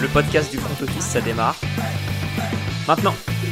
le podcast du front office, ça démarre maintenant.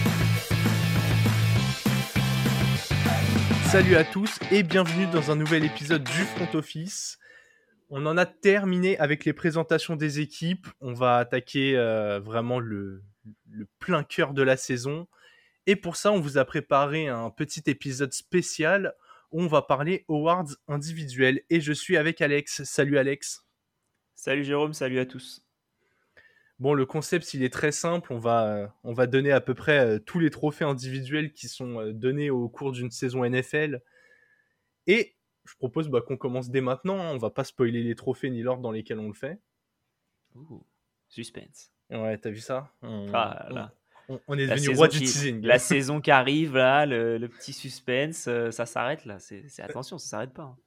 Salut à tous et bienvenue dans un nouvel épisode du front office. On en a terminé avec les présentations des équipes. On va attaquer vraiment le plein cœur de la saison. Et pour ça, on vous a préparé un petit épisode spécial où on va parler awards individuels. Et je suis avec Alex. Salut Alex. Salut Jérôme, salut à tous. Bon, le concept, il est très simple. On va donner à peu près tous les trophées individuels qui sont donnés au cours d'une saison NFL. Et je propose qu'on commence dès maintenant. On va pas spoiler les trophées ni l'ordre dans lesquels on le fait. Ouh, suspense. Ouais, t'as vu ça Ah là. On est devenu roi du teasing. La saison qui arrive, là, le petit suspense, ça s'arrête là. Attention, ça s'arrête pas. Hein.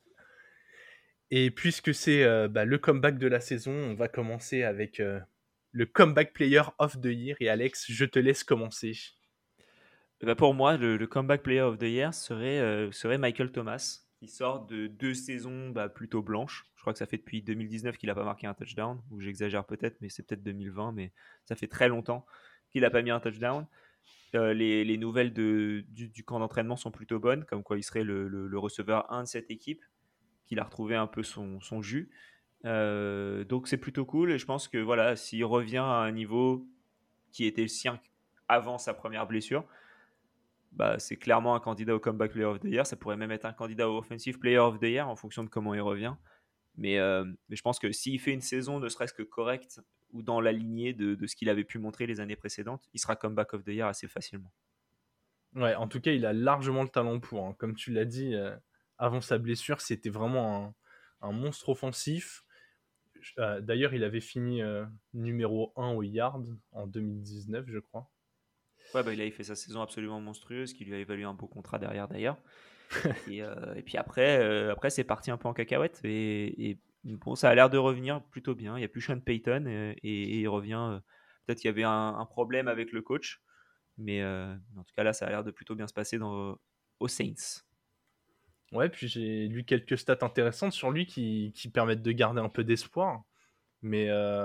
Et puisque c'est le comeback de la saison, on va commencer avec le Comeback Player of the Year. Et Alex, je te laisse commencer. Pour moi, le Comeback Player of the Year serait Michael Thomas, qui sort de 2 saisons plutôt blanches. Je crois que ça fait depuis 2019 qu'il n'a pas marqué un touchdown, ou j'exagère peut-être, mais c'est peut-être 2020, mais ça fait très longtemps qu'il n'a pas mis un touchdown. Les nouvelles du camp d'entraînement sont plutôt bonnes, comme quoi il serait le receveur 1 de cette équipe, qu'il a retrouvé un peu son jus. Donc c'est plutôt cool, et je pense que voilà, s'il revient à un niveau qui était le sien avant sa première blessure, c'est clairement un candidat au Comeback Player of the Year. Ça pourrait même être un candidat au Offensive Player of the Year en fonction de comment il revient. Mais je pense que s'il fait une saison ne serait-ce que correcte ou dans la lignée de ce qu'il avait pu montrer les années précédentes, il sera Comeback of the Year assez facilement. Ouais, en tout cas, il a largement le talent pour. Hein. Comme tu l'as dit, avant sa blessure, c'était vraiment un monstre offensif. D'ailleurs, il avait fini numéro 1 au yard en 2019, je crois. Ouais, il avait fait sa saison absolument monstrueuse, qui lui a évalué un beau contrat derrière d'ailleurs. Et puis après, c'est parti un peu en cacahuète. Et bon, ça a l'air de revenir plutôt bien. Il n'y a plus Sean Payton et il revient. Peut-être qu'il y avait un problème avec le coach. Mais en tout cas, là, ça a l'air de plutôt bien se passer aux Saints. Ouais, puis j'ai lu quelques stats intéressantes sur lui qui permettent de garder un peu d'espoir. Mais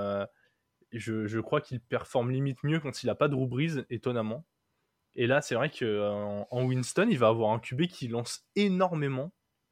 je crois qu'il performe limite mieux quand il n'a pas de Drew Brees, étonnamment. Et là, c'est vrai qu'en Winston, il va avoir un QB qui lance énormément.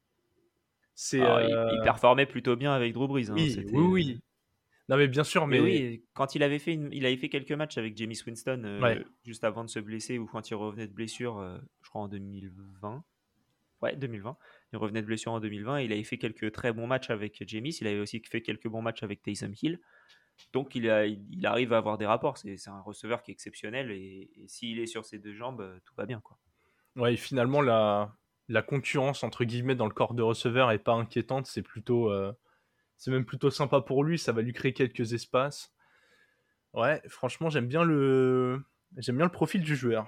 Alors, il performait plutôt bien avec Drew Brees. Hein. Oui, oui. Non, mais bien sûr, Mais mais... oui, quand il avait fait quelques matchs avec Jameis Winston Ouais. juste avant de se blesser ou quand il revenait de blessure, je crois en 2020. Ouais, 2020. Il revenait de blessure en 2020. Il avait fait quelques très bons matchs avec Jameis. Il avait aussi fait quelques bons matchs avec Taysom Hill. Donc, il arrive à avoir des rapports. C'est un receveur qui est exceptionnel. Et s'il est sur ses deux jambes, tout va bien, quoi. Ouais, finalement, la concurrence, entre guillemets, dans le corps de receveur est pas inquiétante. C'est même plutôt sympa pour lui. Ça va lui créer quelques espaces. Ouais, franchement, j'aime bien le profil du joueur.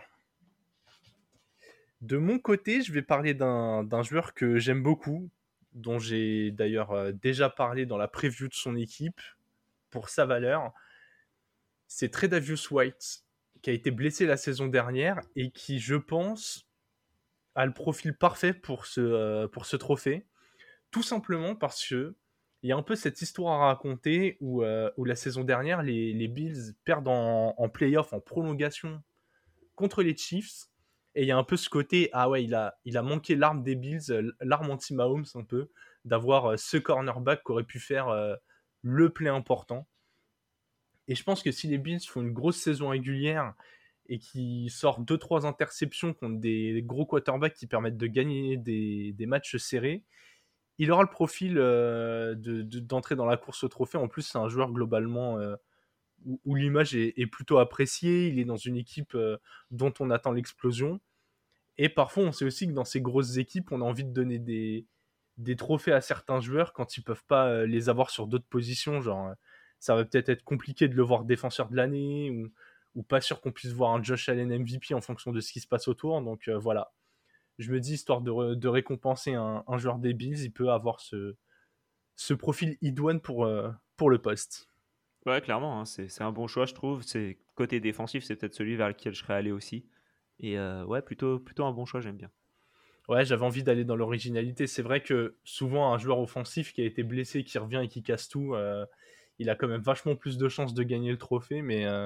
De mon côté, je vais parler d'un joueur que j'aime beaucoup, dont j'ai d'ailleurs déjà parlé dans la preview de son équipe, pour sa valeur. C'est Tre'Davious White, qui a été blessé la saison dernière et qui, je pense, a le profil parfait pour ce trophée. Tout simplement parce que il y a un peu cette histoire à raconter où la saison dernière, les Bills perdent en playoff, en prolongation contre les Chiefs. Et il y a un peu ce côté, ah ouais, il a manqué l'arme des Bills, l'arme anti-Mahomes un peu, d'avoir ce cornerback qui aurait pu faire le play important. Et je pense que si les Bills font une grosse saison régulière et qui sortent 2-3 interceptions contre des gros quarterbacks qui permettent de gagner des matchs serrés, il aura le profil d'entrer dans la course au trophée. En plus, c'est un joueur globalement où l'image est plutôt appréciée. Il est dans une équipe dont on attend l'explosion. Et parfois, on sait aussi que dans ces grosses équipes, on a envie de donner des trophées à certains joueurs quand ils peuvent pas les avoir sur d'autres positions. Genre, ça va peut-être être compliqué de le voir défenseur de l'année ou pas sûr qu'on puisse voir un Josh Allen MVP en fonction de ce qui se passe autour. Donc voilà. Je me dis, histoire de récompenser un joueur des Bills, il peut avoir ce profil idoine pour le poste. Ouais, clairement, hein, c'est un bon choix, je trouve. Côté défensif, c'est peut-être celui vers lequel je serais allé aussi. Et ouais, plutôt un bon choix, j'aime bien. Ouais, j'avais envie d'aller dans l'originalité. C'est vrai que souvent, un joueur offensif qui a été blessé, qui revient et qui casse tout, il a quand même vachement plus de chances de gagner le trophée,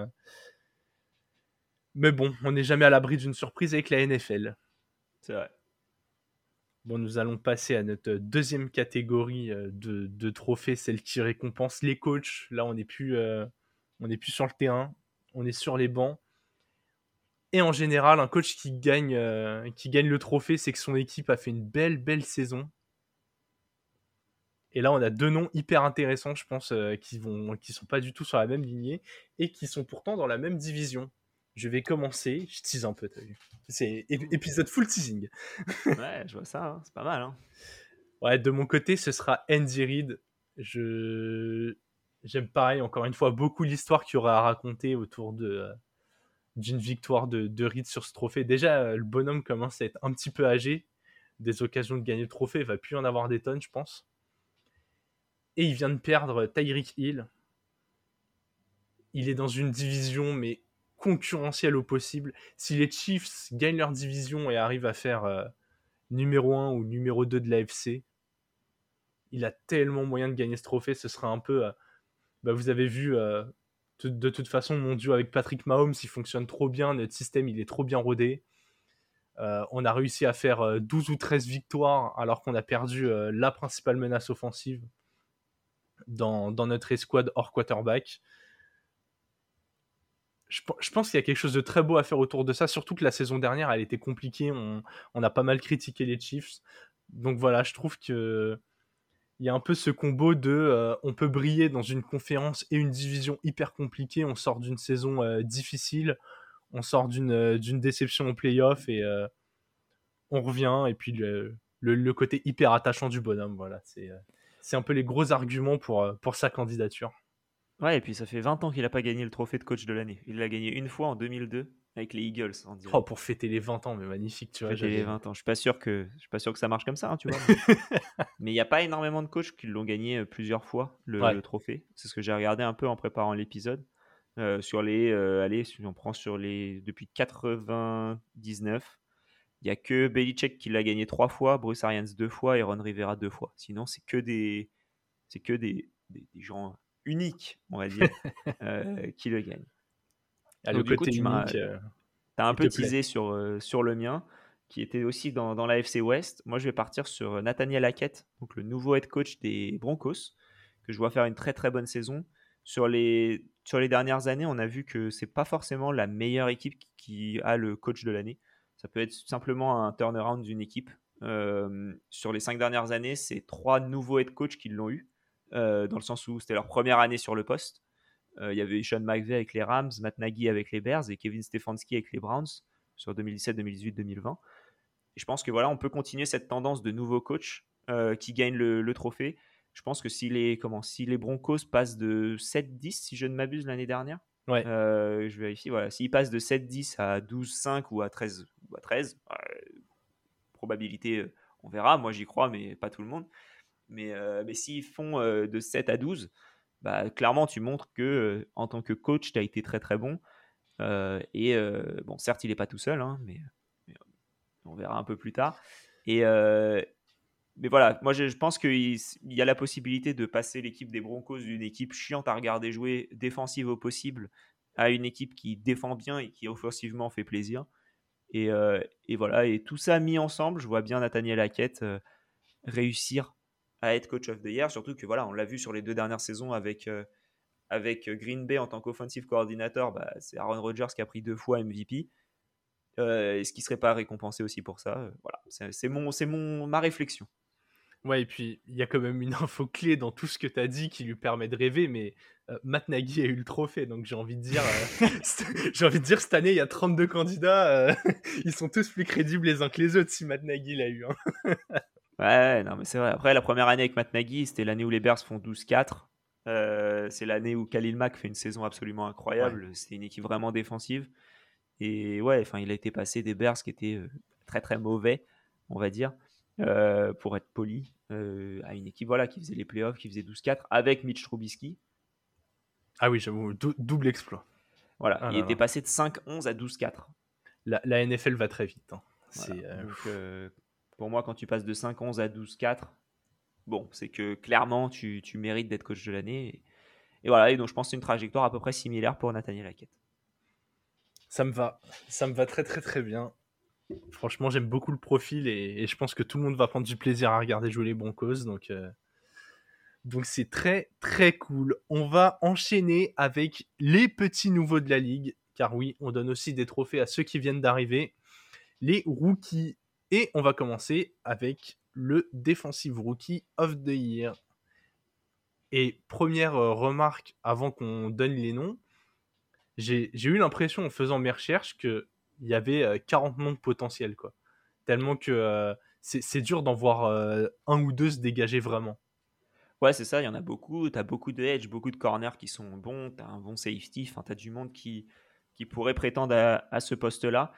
mais bon, on n'est jamais à l'abri d'une surprise avec la NFL. C'est vrai. Bon, nous allons passer à notre deuxième catégorie de trophées, celle qui récompense les coachs. Là, on n'est plus sur le terrain, on est sur les bancs. Et en général, un coach qui gagne le trophée, c'est que son équipe a fait une belle saison. Et là, on a deux noms hyper intéressants, je pense, qui sont pas du tout sur la même lignée et qui sont pourtant dans la même division. Je vais commencer. Je tease un peu, t'as vu. C'est épisode full teasing. Ouais, je vois ça, hein. C'est pas mal. Hein. Ouais, de mon côté, ce sera Andy Reid. J'aime pareil, encore une fois, beaucoup l'histoire qu'il y aura à raconter autour d'une victoire de Reid sur ce trophée. Déjà, le bonhomme commence à être un petit peu âgé. Des occasions de gagner le trophée, il va plus en avoir des tonnes, je pense. Et il vient de perdre Tyreek Hill. Il est dans une division, mais concurrentielle au possible. Si les Chiefs gagnent leur division et arrivent à faire numéro 1 ou numéro 2 de l'AFC, il a tellement moyen de gagner ce trophée. Ce sera un peu... vous avez vu, de toute façon, mon duo avec Patrick Mahomes, il fonctionne trop bien. Notre système, il est trop bien rodé. On a réussi à faire 12 ou 13 victoires alors qu'on a perdu la principale menace offensive dans notre escouade hors quarterback. Je pense qu'il y a quelque chose de très beau à faire autour de ça, surtout que la saison dernière, elle était compliquée. On a pas mal critiqué les Chiefs. Donc voilà, je trouve que il y a un peu ce combo de on peut briller dans une conférence et une division hyper compliquée. On sort d'une saison difficile, on sort d'une déception en playoff et on revient. Et puis le côté hyper attachant du bonhomme, voilà, c'est un peu les gros arguments pour sa candidature. Ouais, et puis ça fait 20 ans qu'il n'a pas gagné le trophée de coach de l'année. Il l'a gagné une fois en 2002 avec les Eagles en Oh, direct. pour fêter les 20 ans, mais magnifique, tu vois, Fêter les j'avais... 20 ans. Je suis pas sûr que ça marche comme ça, hein, tu vois. Mais il n'y a pas énormément de coachs qui l'ont gagné plusieurs fois, Ouais, le trophée. C'est ce que j'ai regardé un peu en préparant l'épisode. Allez, si on prend sur les, depuis 99, il n'y a que Belichick qui l'a gagné 3 fois, Bruce Arians 2 fois et Ron Rivera 2 fois. Sinon, c'est que des gens uniques, on va dire, qui le gagnent. ah, le Donc du coup, côté unique, t'as un il te peu plaît. teasé sur le mien, qui était aussi dans la FC West. Moi, je vais partir sur Nathaniel Hackett, donc le nouveau head coach des Broncos, que je vois faire une très très bonne saison. Sur les dernières années, on a vu que c'est pas forcément la meilleure équipe qui a le coach de l'année. Ça peut être simplement un turnaround d'une équipe. Sur les 5 dernières années, c'est 3 nouveaux head coachs qui l'ont eu, dans le sens où c'était leur première année sur le poste. Il y avait Sean McVay avec les Rams, Matt Nagy avec les Bears et Kevin Stefanski avec les Browns sur 2017, 2018, 2020. Et je pense que voilà, on peut continuer cette tendance de nouveaux coachs qui gagnent le trophée. Je pense que si les Broncos passent de 7-10, si je ne m'abuse, l'année dernière, Ouais. je vérifie, voilà, s'ils passent de 7-10 à 12-5 ou à 13, probabilité, on verra. Moi, j'y crois, mais pas tout le monde. Mais s'ils font de 7 à 12, bah, clairement, tu montres que en tant que coach, tu as été très très bon. Bon, certes, il n'est pas tout seul, hein, mais on verra un peu plus tard. Et, mais voilà, moi je pense qu'il y a la possibilité de passer l'équipe des Broncos d'une équipe chiante à regarder jouer, défensive au possible, à une équipe qui défend bien et qui offensivement fait plaisir. Et voilà, et tout ça mis ensemble, je vois bien Nathaniel Hackett réussir à être coach of the year, surtout que voilà, on l'a vu sur les 2 dernières saisons avec Green Bay en tant qu'offensive coordinator, bah, c'est Aaron Rodgers qui a pris 2 fois MVP. Est-ce qu'il ne serait pas récompensé aussi pour ça? Voilà, ma réflexion. Ouais, et puis il y a quand même une info clé dans tout ce que tu as dit qui lui permet de rêver, mais Matt Nagy a eu le trophée, donc j'ai envie de dire, cette année, il y a 32 candidats, ils sont tous plus crédibles les uns que les autres si Matt Nagy l'a eu. Hein. Ouais, non, mais c'est vrai. Après, la première année avec Matt Nagy, c'était l'année où les Bears font 12-4. C'est l'année où Khalil Mack fait une saison absolument Ouais. incroyable. C'est une équipe vraiment défensive. Et ouais, enfin, il a été passé des Bears qui étaient très très mauvais, on va dire, pour être poli, à une équipe voilà, qui faisait les playoffs, qui faisait 12-4 avec Mitch Trubisky. Ah oui, j'avoue, double exploit. Voilà, Ah il là était là. passé de 5-11 à 12-4. La NFL va très vite. Hein. Voilà. C'est, Donc, pour moi, quand tu passes de 5-11 à 12-4, bon, c'est que clairement, tu mérites d'être coach de l'année. voilà, et donc je pense que c'est une trajectoire à peu près similaire pour Nathaniel Hackett. Ça me va très très très bien. Franchement, j'aime beaucoup le profil et je pense que tout le monde va prendre du plaisir à regarder jouer les Broncos. Donc c'est très très cool. On va enchaîner avec les petits nouveaux de la ligue. Car oui, on donne aussi des trophées à ceux qui viennent d'arriver. Les rookies. Et on va commencer avec le Defensive Rookie of the Year. Et première remarque avant qu'on donne les noms, j'ai eu l'impression en faisant mes recherches qu'il y avait 40 noms potentiels, quoi. Tellement que c'est dur d'en voir un ou deux se dégager vraiment. Ouais, c'est ça, il y en a beaucoup. Tu as beaucoup de edge, beaucoup de corners qui sont bons. Tu as un bon safety. Enfin, tu as du monde qui pourrait prétendre à ce poste-là.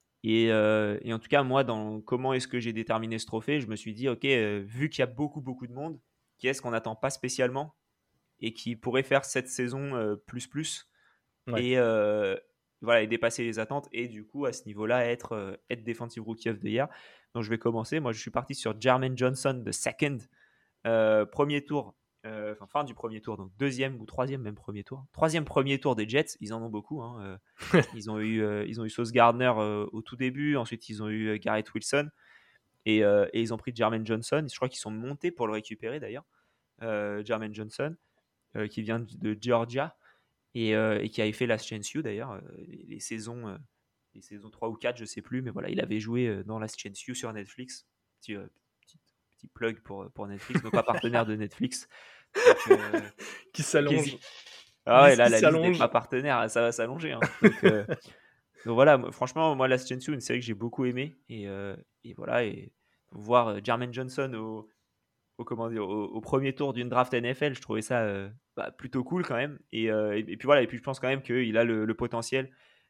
Et en tout cas, moi, dans comment est-ce que j'ai déterminé ce trophée, je me suis dit, OK, vu qu'il y a beaucoup, beaucoup de monde, qui est-ce qu'on n'attend pas spécialement et qui pourrait faire cette saison plus Ouais. et, voilà, et dépasser les attentes et du coup, à ce niveau-là, être Defensive Rookie of the Year. Donc, je vais commencer. Moi, je suis parti sur Jermaine Johnson, the second. Premier tour, enfin fin du premier tour, donc deuxième ou troisième même premier tour. Troisième premier tour des Jets, ils en ont beaucoup. Hein. Ils ont eu Sauce Gardner au tout début, ensuite ils ont eu Garrett Wilson et ils ont pris Jermaine Johnson. Je crois qu'ils sont montés pour le récupérer d'ailleurs. Jermaine Johnson, qui vient de Georgia et qui avait fait Last Chance You d'ailleurs, les saisons 3 ou 4, je sais plus, mais voilà, il avait joué dans Last Chance You sur Netflix. Petit, petit plug pour Netflix, non pas partenaire de Netflix. Donc, Qui s'allonge. quasi... Ah ouais, Liste là, qui la liste des s'allonge. pas partenaires, ça va s'allonger. Hein. Donc voilà, franchement, moi, Last Chance You, une série que j'ai beaucoup aimée. Et voilà, et voir Jermaine Johnson comment dire, au premier tour d'une draft NFL, je trouvais ça plutôt cool quand même. Et puis voilà, et puis je pense quand même qu'il a le potentiel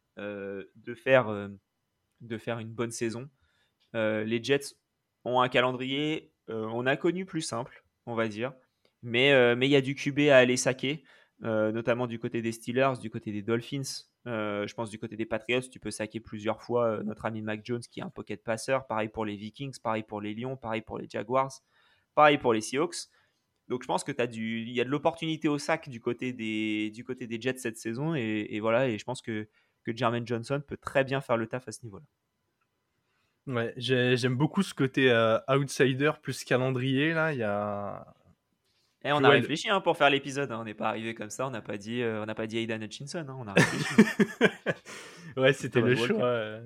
de faire une bonne saison. Les Jets ont un calendrier, on a connu plus simple, on va dire. Mais il y a du QB à aller saquer, notamment du côté des Steelers, du côté des Dolphins. Je pense du côté des Patriots, tu peux saquer plusieurs fois notre ami Mac Jones qui est un pocket passeur. Pareil pour les Vikings, pareil pour les Lions, pareil pour les Jaguars, pareil pour les Seahawks. Donc je pense que il y a de l'opportunité au sac du côté des Jets cette saison. Et voilà, et je pense que Jermaine Johnson peut très bien faire le taf à ce niveau-là. Ouais, j'aime beaucoup ce côté outsider plus calendrier là. Il y a. Et Puis on a ouais, réfléchi hein, pour faire l'épisode. Hein. On n'est pas arrivé comme ça. On n'a pas dit Aidan Hutchinson. Hein. On a réfléchi. ouais, Ou c'était Thomas le Walker. choix.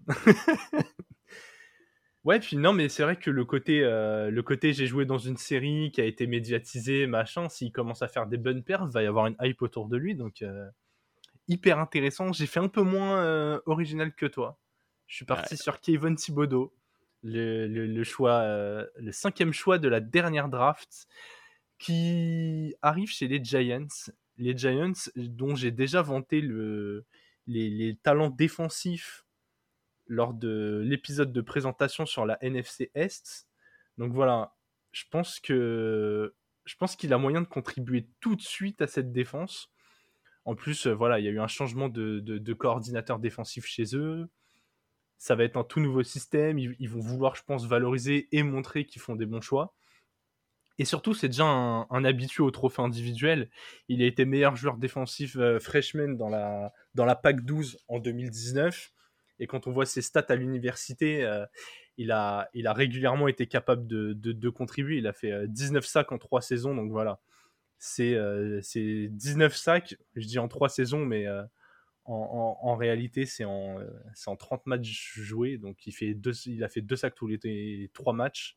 Ouais, puis non, mais c'est vrai que le côté j'ai joué dans une série qui a été médiatisée, machin, s'il commence à faire des bonnes perfs, va y avoir une hype autour de lui, donc hyper intéressant. J'ai fait un peu moins original que toi. Je suis Ouais. parti sur Kayvon Thibodeau, le choix, le 5e choix de la dernière draft, qui arrive chez les Giants. Les Giants, dont j'ai déjà vanté les talents défensifs lors de l'épisode de présentation sur la NFC Est. Donc voilà, je pense qu'il a moyen de contribuer tout de suite à cette défense. En plus, voilà, il y a eu un changement de coordinateur défensif chez eux. Ça va être un tout nouveau système. Ils vont vouloir, je pense, valoriser et montrer qu'ils font des bons choix. Et surtout, c'est déjà un habitué au trophée individuel. Il a été meilleur joueur défensif freshman dans la PAC 12 en 2019. Et quand on voit ses stats à l'université, il a régulièrement été capable de contribuer. Il a fait 19 sacs en 3 saisons. Donc voilà, c'est 19 sacs, je dis en 3 saisons, mais en réalité, c'est en 30 matchs joués. Donc il a fait 2 sacs tous les 3 matchs.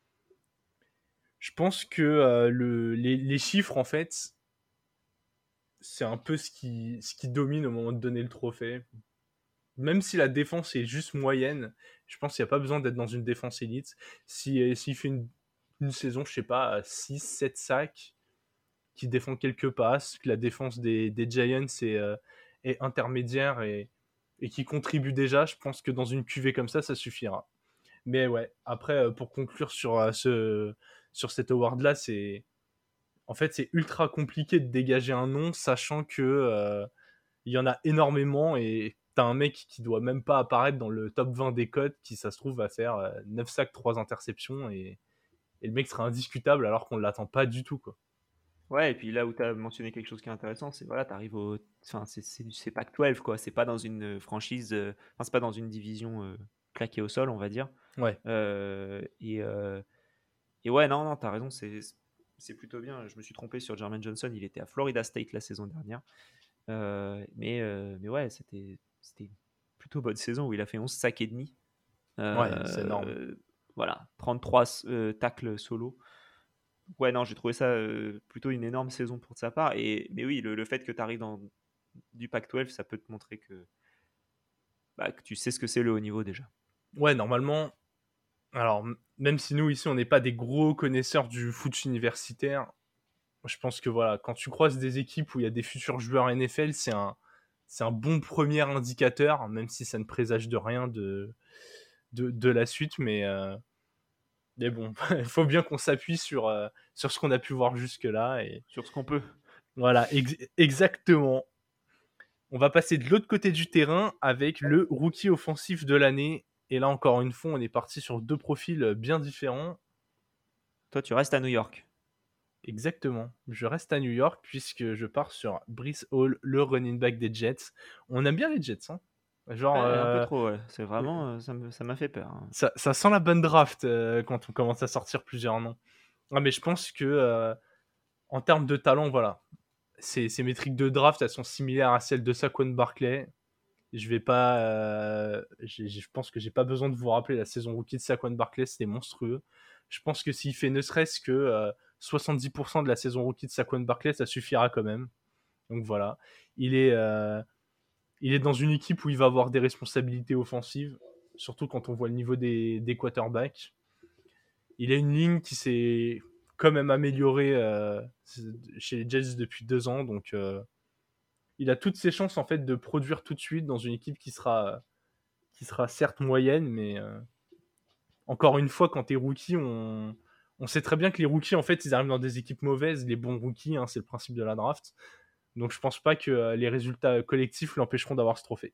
Je pense que les chiffres, en fait, c'est un peu ce qui domine au moment de donner le trophée. Même si la défense est juste moyenne, je pense qu'il n'y a pas besoin d'être dans une défense élite. S'il fait une saison, je sais pas, 6-7 sacs, qui défend quelques passes, que la défense des Giants est intermédiaire et qui contribue déjà, je pense que dans une cuvée comme ça suffira. Mais ouais, après, pour conclure sur cet award-là, en fait, c'est ultra compliqué de dégager un nom, sachant que il y en a énormément et t'as un mec qui doit même pas apparaître dans le top 20 des codes qui, ça se trouve, va faire 9 sacs, 3 interceptions et le mec sera indiscutable alors qu'on l'attend pas du tout, quoi. Ouais, et puis là où tu as mentionné quelque chose qui est intéressant, c'est voilà, tu arrives au. Enfin, c'est Pac-12, quoi. C'est pas dans une franchise. Enfin, c'est pas dans une division claquée au sol, on va dire. Ouais. Euh, et, euh, et ouais, non, t'as raison, c'est plutôt bien. Je me suis trompé sur Jermaine Johnson, il était à Florida State la saison dernière. Mais ouais, c'était une plutôt bonne saison où il a fait 11 sacs et demi. Ouais, c'est énorme. Voilà, 33 tacles solo. Ouais, non, j'ai trouvé ça plutôt une énorme saison pour de sa part. Mais oui, le fait que tu arrives dans du Pac-12, ça peut te montrer que tu sais ce que c'est le haut niveau déjà. Ouais, normalement, alors même si nous ici on n'est pas des gros connaisseurs du foot universitaire, je pense que voilà, quand tu croises des équipes où il y a des futurs joueurs NFL, c'est un bon premier indicateur, même si ça ne présage de rien de la suite, mais bon, il faut bien qu'on s'appuie sur ce qu'on a pu voir jusque-là. Et Sur ce qu'on peut. voilà, exactement. On va passer de l'autre côté du terrain avec le rookie offensif de l'année. Et là, encore une fois, on est parti sur deux profils bien différents. Toi, tu restes à New York. Exactement. Je reste à New York puisque je pars sur Breece Hall, le running back des Jets. On aime bien les Jets, hein. Genre, Ouais, un peu trop, ouais. C'est vraiment, ça m'a fait peur, hein. ça sent la bonne draft quand on commence à sortir plusieurs noms. Ah, mais je pense que en termes de talent, voilà, ces métriques de draft, elles sont similaires à celles de Saquon Barkley. Je vais pas, je pense que j'ai pas besoin de vous rappeler la saison rookie de Saquon Barkley, c'était monstrueux. Je pense que s'il fait ne serait-ce que 70% de la saison rookie de Saquon Barkley, ça suffira quand même. Donc voilà, il est, euh, il est dans une équipe où il va avoir des responsabilités offensives, surtout quand on voit le niveau des quarterbacks. Il a une ligne qui s'est quand même améliorée chez les Jets depuis 2 ans, donc il a toutes ses chances en fait de produire tout de suite dans une équipe qui sera certes moyenne, mais encore une fois, quand t'es rookie, on sait très bien que les rookies, en fait, ils arrivent dans des équipes mauvaises. Les bons rookies, hein, c'est le principe de la draft. Donc je pense pas que les résultats collectifs l'empêcheront d'avoir ce trophée.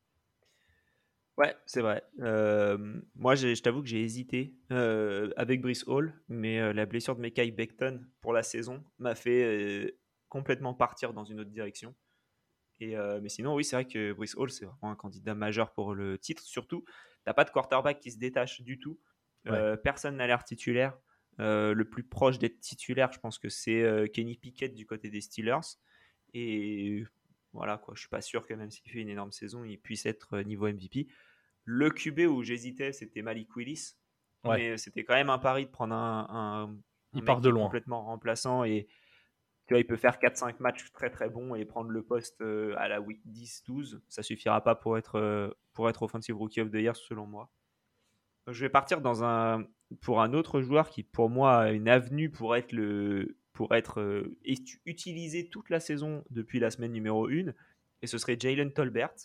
Ouais, c'est vrai. Moi, je t'avoue que j'ai hésité avec Brice Hall, mais la blessure de Mekhi Becton pour la saison m'a fait complètement partir dans une autre direction. Mais sinon, oui, c'est vrai que Brice Hall, c'est vraiment un candidat majeur pour le titre. Surtout, t'as pas de quarterback qui se détache du tout. Ouais. Personne n'a l'air titulaire. Le plus proche d'être titulaire, je pense que c'est Kenny Pickett du côté des Steelers. Et voilà, quoi. Je suis pas sûr que même s'il fait une énorme saison, il puisse être niveau MVP. Le QB où j'hésitais, c'était Malik Willis. Ouais. Mais c'était quand même un pari de prendre un Il mec part qui de est loin. complètement remplaçant et tu vois, il peut faire 4-5 matchs très très bons et prendre le poste à la week 10-12. Ça suffira pas pour être Offensive Rookie of the Year selon moi. Je vais partir pour un autre joueur qui pour moi a une avenue pour être utilisé toute la saison depuis la semaine numéro 1. Et ce serait Jalen Tolbert,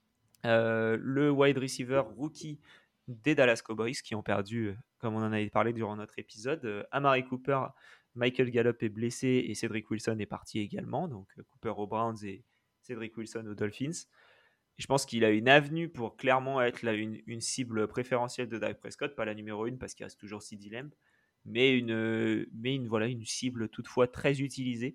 le wide receiver rookie des Dallas Cowboys qui ont perdu, comme on en avait parlé durant notre épisode, Amari Cooper, Michael Gallup est blessé et Cedric Wilson est parti également, donc Cooper aux Browns et Cedric Wilson aux Dolphins. Et je pense qu'il a une avenue pour clairement être une cible préférentielle de Dak Prescott, pas la numéro 1 parce qu'il reste toujours CD Lamb, voilà, une cible toutefois très utilisée.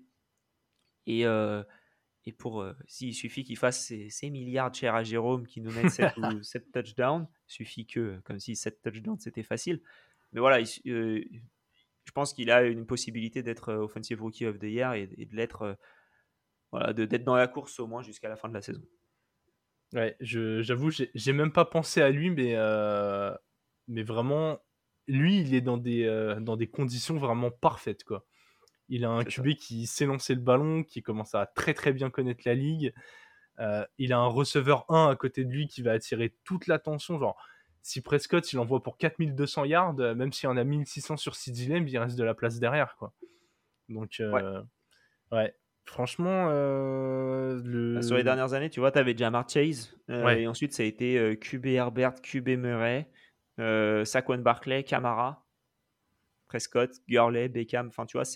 Et s'il suffit qu'il fasse ses milliards de chers à Jérôme qui nous mette 7 touchdowns, il suffit que, comme si 7 touchdowns c'était facile. Mais voilà, je pense qu'il a une possibilité d'être Offensive Rookie of the Year et de l'être, voilà, d'être dans la course au moins jusqu'à la fin de la saison. Ouais, j'avoue, j'ai même pas pensé à lui, mais vraiment, lui, il est dans des conditions vraiment parfaites, quoi. Il a un C'est ça. QB qui sait lancer le ballon, qui commence à très très bien connaître la ligue. Il a un receveur 1 à côté de lui qui va attirer toute l'attention. Genre, si Prescott il envoie pour 4200 yards, même s'il y en a 1600 sur CD Lamb, il reste de la place derrière, quoi. Donc, Ouais. ouais, franchement, Sur les dernières années, tu vois, tu avais Jamar Chase, ouais, et ensuite ça a été QB Herbert, QB Murray, Saquon Barkley, Camara, Prescott, Gurley, Beckham. Enfin, tu vois,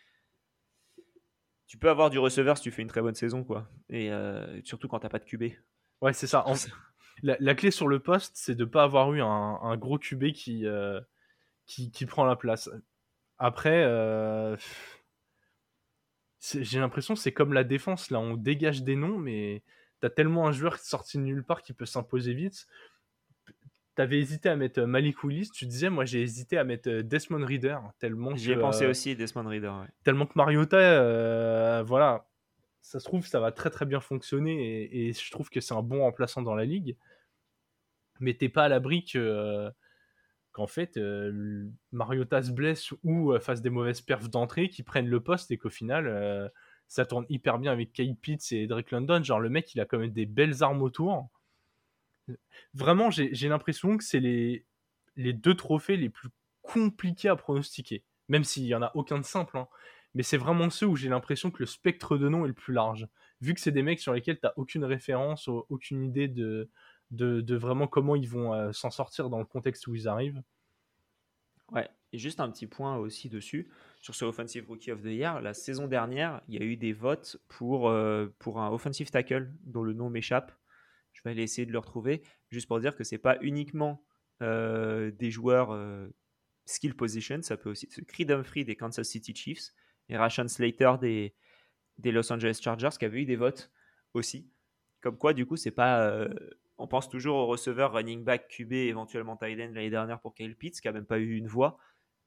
tu peux avoir du receveur si tu fais une très bonne saison, quoi. Et surtout quand t'as pas de QB. ouais, c'est ça. La clé sur le poste, c'est de ne pas avoir eu un gros QB qui prend la place. Après, J'ai l'impression que c'est comme la défense, là, on dégage des noms, mais t'as tellement un joueur sorti de nulle part qui peut s'imposer vite. T'avais hésité à mettre Malik Willis, tu disais, moi j'ai hésité à mettre Desmond Reader, J'y ai pensé aussi, Desmond Reader. Ouais. tellement que Mariota, voilà, ça se trouve, ça va très très bien fonctionner et je trouve que c'est un bon remplaçant dans la ligue. Mais t'es pas à l'abri qu'en fait, Mariota se blesse ou fasse des mauvaises perfs d'entrée, qui prennent le poste et qu'au final, ça tourne hyper bien avec Kyle Pitts et Drake London. Genre, le mec, il a quand même des belles armes autour. Vraiment, j'ai l'impression que c'est les deux trophées les plus compliqués à pronostiquer. Même s'il y en a aucun de simple, hein. Mais c'est vraiment ceux où j'ai l'impression que le spectre de noms est le plus large. Vu que c'est des mecs sur lesquels tu n'as aucune référence, aucune idée de vraiment comment ils vont s'en sortir dans le contexte où ils arrivent. Ouais, et juste un petit point aussi dessus, sur ce Offensive Rookie of the Year, la saison dernière, il y a eu des votes pour un offensive tackle dont le nom m'échappe. Je vais aller essayer de le retrouver, juste pour dire que c'est pas uniquement des joueurs skill position, ça peut aussi être Creed Humphrey des Kansas City Chiefs et Rashawn Slater des Los Angeles Chargers qui avaient eu des votes aussi. Comme quoi, du coup, c'est pas. On pense toujours au receveur, running back, QB, éventuellement tight end l'année dernière pour Kyle Pitts, qui a même pas eu une voix.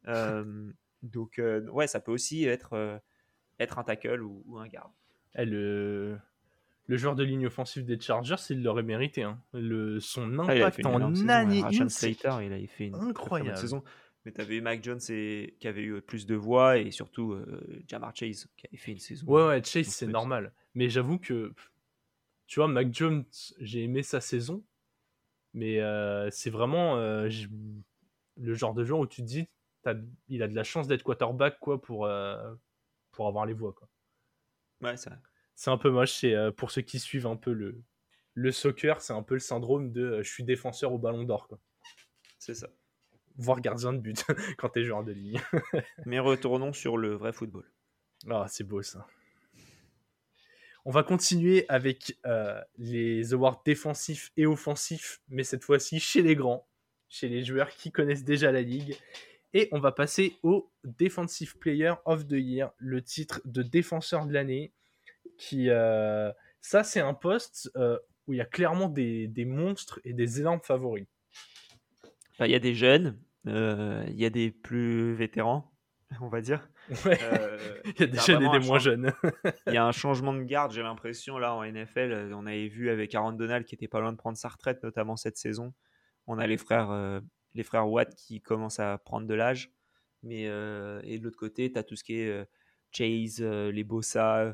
Donc, ouais, ça peut aussi être un tackle ou un garde. Eh, le joueur de ligne offensive des Chargers, il l'aurait mérité, hein. Son Ah, il avait fait impact une énorme en saison. année Rashawn 1, c'est Slater, il avait fait une très très bonne incroyable. saison. Mais tu avais eu Mike Jones qui avait eu plus de voix et surtout Jamar Chase qui avait fait une saison Ouais, Chase, c'est monstrueuse. normal. Mais j'avoue que, tu vois, Mac Jones, j'ai aimé sa saison, mais c'est vraiment le genre de joueur où tu te dis, il a de la chance d'être quarterback quoi, pour avoir les voix. Quoi. Ouais, ça. C'est un peu moche. C'est, pour ceux qui suivent un peu le soccer, c'est un peu le syndrome de je suis défenseur au ballon d'or. Quoi. C'est ça. Voire gardien de but quand t'es joueur de ligne. Mais retournons sur le vrai football. Ah, c'est beau ça. On va continuer avec les awards défensifs et offensifs, mais cette fois-ci chez les grands, chez les joueurs qui connaissent déjà la ligue. Et on va passer au Defensive Player of the Year, le titre de défenseur de l'année. Ça, c'est un poste où il y a clairement des monstres et des énormes favoris. Il y a des jeunes, il y a des plus vétérans, on va dire. Ouais. Il y a des jeunes et des moins jeunes. Il y a un changement de garde, j'ai l'impression, là en NFL. On avait vu avec Aaron Donald qui était pas loin de prendre sa retraite, notamment cette saison. On a les frères Watt qui commencent à prendre de l'âge. Mais, et de l'autre côté, tu as tout ce qui est Chase, les Bossa,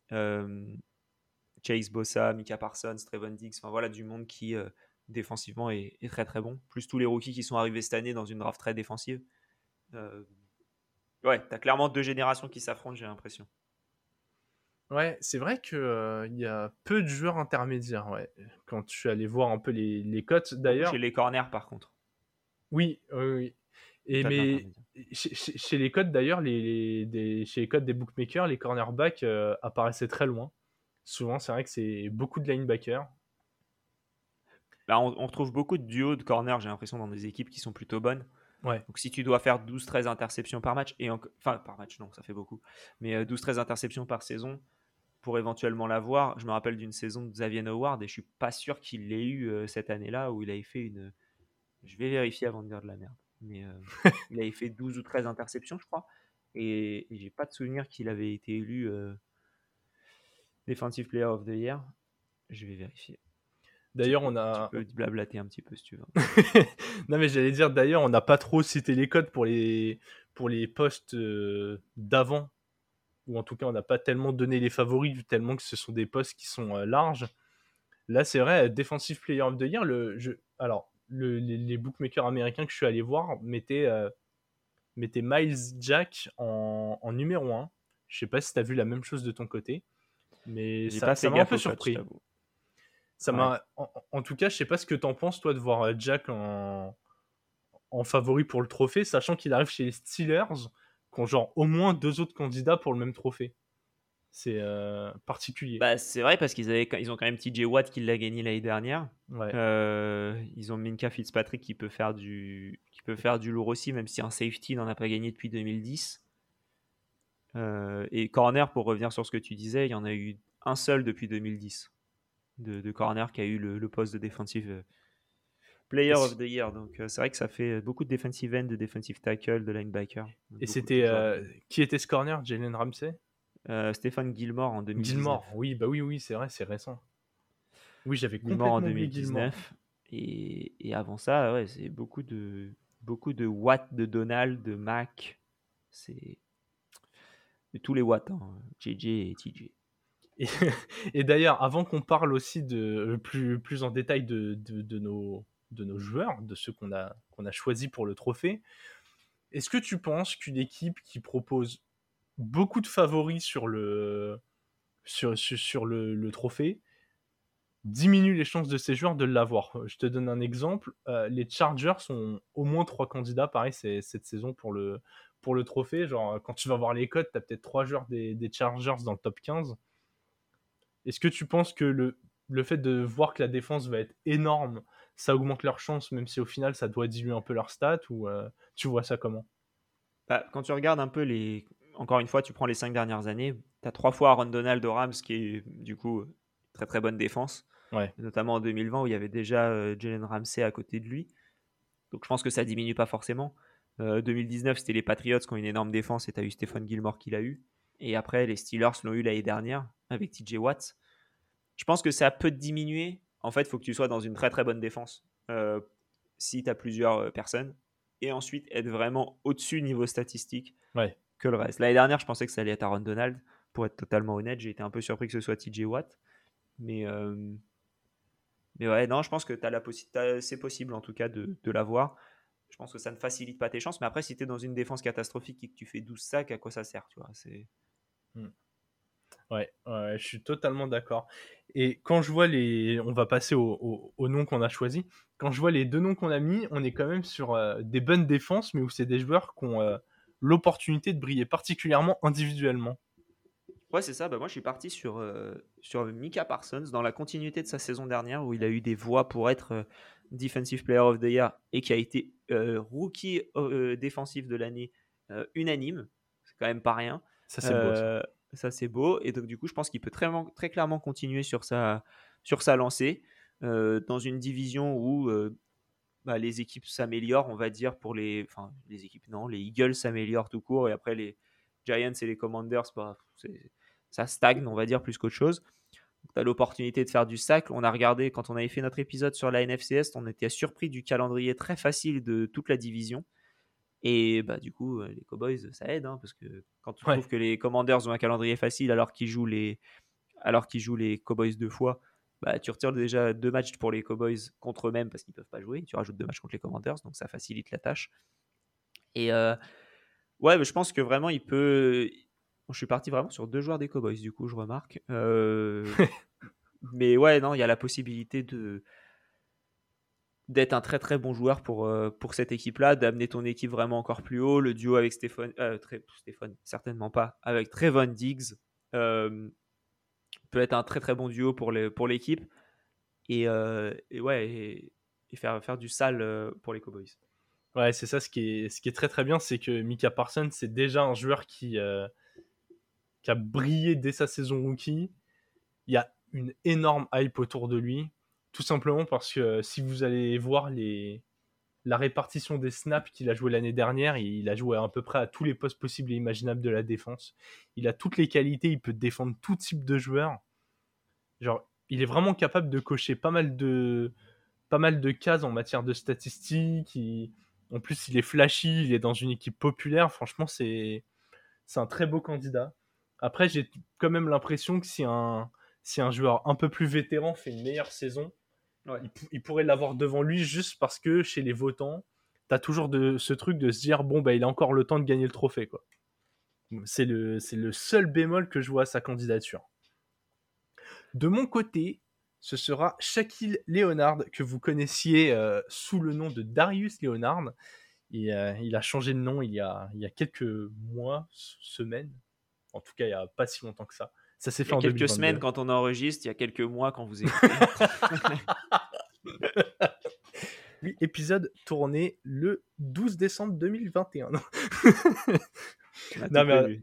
Chase Bossa, Micah Parsons, Trevon Diggs. Enfin voilà, du monde qui défensivement est très très bon. Plus tous les rookies qui sont arrivés cette année dans une draft très défensive. Ouais, tu as clairement deux générations qui s'affrontent, j'ai l'impression. Ouais, c'est vrai qu'il y a peu de joueurs intermédiaires. Ouais. Quand je suis allé voir un peu les cotes, Beaucoup d'ailleurs. chez les corners, par contre. Oui, oui, oui. Et Pas de mais l'intermédiaire. chez les cotes, d'ailleurs, chez les cotes des bookmakers, les cornerbacks apparaissaient très loin. Souvent, c'est vrai que c'est beaucoup de linebackers. Bah, on retrouve beaucoup de duos de corner, j'ai l'impression, dans des équipes qui sont plutôt bonnes. Ouais. Donc si tu dois faire 12-13 interceptions par match, enfin par match non, ça fait beaucoup, mais 12-13 interceptions par saison pour éventuellement l'avoir, je me rappelle d'une saison de Xavier Howard et je suis pas sûr qu'il l'ait eu cette année-là où il avait fait une... Je vais vérifier avant de dire de la merde, mais il avait fait 12 ou 13 interceptions je crois, et j'ai pas de souvenir qu'il avait été élu Defensive Player of the Year. Je vais vérifier. D'ailleurs, Tu peux blablater un petit peu si tu veux. Non, mais j'allais dire, d'ailleurs, on n'a pas trop cité les codes pour les postes d'avant. Ou en tout cas, on n'a pas tellement donné les favoris, tellement que ce sont des postes qui sont larges. Là, c'est vrai, Defensive Player of the Year, alors, les bookmakers américains que je suis allé voir mettaient Miles Jack en numéro 1. Je sais pas si tu as vu la même chose de ton côté, mais J'ai pas ça fait m'a un gaffe peu au code, je surpris. t'avoue. Ça Ouais. m'a, en tout cas, je sais pas ce que t'en penses, toi, de voir Jack en favori pour le trophée, sachant qu'il arrive chez les Steelers, qui ont genre au moins 2 autres candidats pour le même trophée. C'est particulier. Bah, c'est vrai parce ils ont quand même TJ Watt qui l'a gagné l'année dernière. Ouais. Ils ont Minka Fitzpatrick qui peut faire du lourd aussi, même si un safety n'en a pas gagné depuis 2010. Et corner, pour revenir sur ce que tu disais, il y en a eu un seul depuis 2010 de corner qui a eu le poste de defensive player of the year. Donc c'est vrai que ça fait beaucoup de defensive end, de defensive tackle, de linebacker. Et Beaucoup de c'était joueurs qui était ce corner? Jalen Ramsey? Stéphane Gilmore en 2019. Gilmore, oui, bah oui, c'est vrai, c'est récent. Oui, j'avais Gilmore en complètement oublié Gilmore. 2019. Et avant ça, ouais, c'est beaucoup de Watt, de Donald, de Mac. C'est de tous les Watt, hein, JJ et TJ. Et, et d'ailleurs, avant qu'on parle aussi plus en détail de nos joueurs, de ceux qu'on a choisis pour le trophée, est-ce que tu penses qu'une équipe qui propose beaucoup de favoris sur le trophée diminue les chances de ces joueurs de l'avoir? Je te donne un exemple. Les Chargers ont au moins 3 candidats, pareil, cette saison pour le trophée. Genre, quand tu vas voir les codes, tu as peut-être 3 joueurs des Chargers dans le top 15. Est-ce que tu penses que le fait de voir que la défense va être énorme, ça augmente leurs chances, même si au final ça doit diluer un peu leurs stats, ou tu vois ça comment? Bah, quand tu regardes un peu encore une fois, tu prends les 5 dernières années, tu as 3 fois Aaron Donald aux Rams, qui est du coup très très bonne défense, Ouais. notamment en 2020 où il y avait déjà Jalen Ramsey à côté de lui. Donc je pense que ça diminue pas forcément. 2019, c'était les Patriots qui ont une énorme défense et tu as eu Stéphane Gilmore qui l'a eu. Et après, les Steelers l'ont eu l'année dernière avec TJ Watt. Je pense que ça peut diminuer. En fait, il faut que tu sois dans une très très bonne défense si tu as plusieurs personnes. Et ensuite, être vraiment au-dessus niveau statistique Ouais. que le reste. L'année dernière, je pensais que ça allait être Aaron Donald. Pour être totalement honnête, j'ai été un peu surpris que ce soit TJ Watt. Mais ouais, non, je pense que c'est possible en tout cas de l'avoir. Je pense que ça ne facilite pas tes chances. Mais après, si tu es dans une défense catastrophique et que tu fais 12 sacs, à quoi ça sert, tu vois? Ouais, je suis totalement d'accord. Et quand je vois on va passer au nom qu'on a choisi. Quand je vois les 2 noms qu'on a mis, on est quand même sur des bonnes défenses, mais où c'est des joueurs qui ont l'opportunité de briller particulièrement individuellement. Ouais, c'est ça. Bah, moi, je suis parti sur Micah Parsons dans la continuité de sa saison dernière où il a eu des voix pour être Defensive Player of the Year et qui a été rookie défensif de l'année unanime. C'est quand même pas rien. Ça, c'est beau, ça. Ça, c'est beau. Et donc, du coup, je pense qu'il peut très clairement continuer sur sa lancée dans une division où les équipes s'améliorent, on va dire, enfin, les équipes, non, les Eagles s'améliorent tout court et après les Giants et les Commanders, ça stagne, on va dire, plus qu'autre chose. Tu as l'opportunité de faire du sac. On a regardé, quand on avait fait notre épisode sur la NFC Est, on était surpris du calendrier très facile de toute la division. Et bah, du coup, les Cowboys, ça aide, hein, parce que quand tu trouves que les Commanders ont un calendrier facile alors qu'ils jouent les Cowboys 2 fois, bah, tu retires déjà 2 matchs pour les Cowboys contre eux-mêmes parce qu'ils ne peuvent pas jouer. Tu rajoutes 2 matchs contre les Commanders, donc ça facilite la tâche. Et ouais, mais je pense que vraiment, il peut. Je suis parti vraiment sur 2 joueurs des Cowboys, du coup, je remarque. Mais ouais, non, il y a la possibilité d'être un très très bon joueur pour cette équipe-là, d'amener ton équipe vraiment encore plus haut. Le duo avec Stéphane, certainement pas, avec Trevon Diggs peut être un très très bon duo pour l'équipe. Et faire du sale pour les Cowboys. Ouais, c'est ça, ce qui est très très bien, c'est que Micah Parsons, c'est déjà un joueur qui a brillé dès sa saison rookie. Il y a une énorme hype autour de lui, tout simplement parce que si vous allez voir la répartition des snaps qu'il a joué l'année dernière, il a joué à peu près à tous les postes possibles et imaginables de la défense. Il a toutes les qualités, il peut défendre tout type de joueur. Genre, il est vraiment capable de cocher pas mal de cases en matière de statistiques. En plus, il est flashy, il est dans une équipe populaire. Franchement, c'est un très beau candidat. Après, j'ai quand même l'impression que si un joueur un peu plus vétéran fait une meilleure saison, Ouais. il pourrait l'avoir devant lui juste parce que chez les votants, tu as toujours ce truc de se dire bon, bah, il a encore le temps de gagner le trophée, quoi. C'est le seul bémol que je vois à sa candidature. De mon côté, ce sera Shaquille Leonard, que vous connaissiez sous le nom de Darius Leonard. Et, il a changé de nom il y a quelques mois, semaines. En tout cas, il n'y a pas si longtemps que ça. Ça s'est fait en 2022. Il y a quelques semaines quand on enregistre, il y a quelques mois quand vous écoutez. Oui, épisode tourné le 12 décembre 2021. On a tout Non, mais, prévu.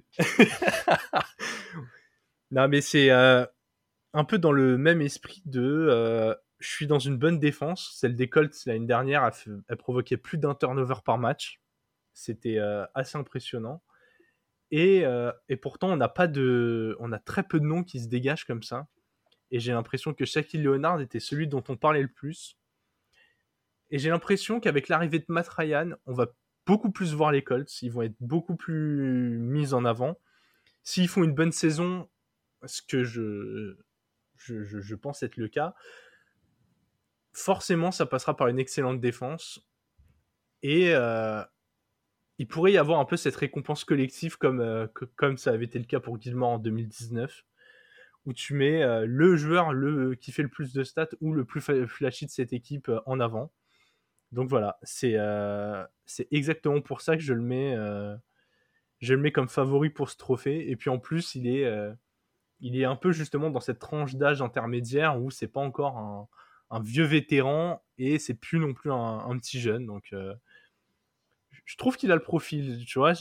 non, mais c'est un peu dans le même esprit de je suis dans une bonne défense. Celle des Colts l'année dernière, elle provoquait plus d'un turnover par match. C'était assez impressionnant. Et pourtant, on a très peu de noms qui se dégagent comme ça. Et j'ai l'impression que Shaquille Leonard était celui dont on parlait le plus. Et j'ai l'impression qu'avec l'arrivée de Matt Ryan, on va beaucoup plus voir les Colts. Ils vont être beaucoup plus mis en avant. S'ils font une bonne saison, ce que je pense être le cas, forcément, ça passera par une excellente défense. Et il pourrait y avoir un peu cette récompense collective comme ça avait été le cas pour Gilmore en 2019, où tu mets le joueur qui fait le plus de stats ou le plus flashy de cette équipe en avant. Donc voilà, c'est exactement pour ça que je le mets comme favori pour ce trophée. Et puis en plus, il est un peu justement dans cette tranche d'âge intermédiaire où c'est pas encore un vieux vétéran et c'est plus non plus un petit jeune. Donc je trouve qu'il a le profil, tu vois.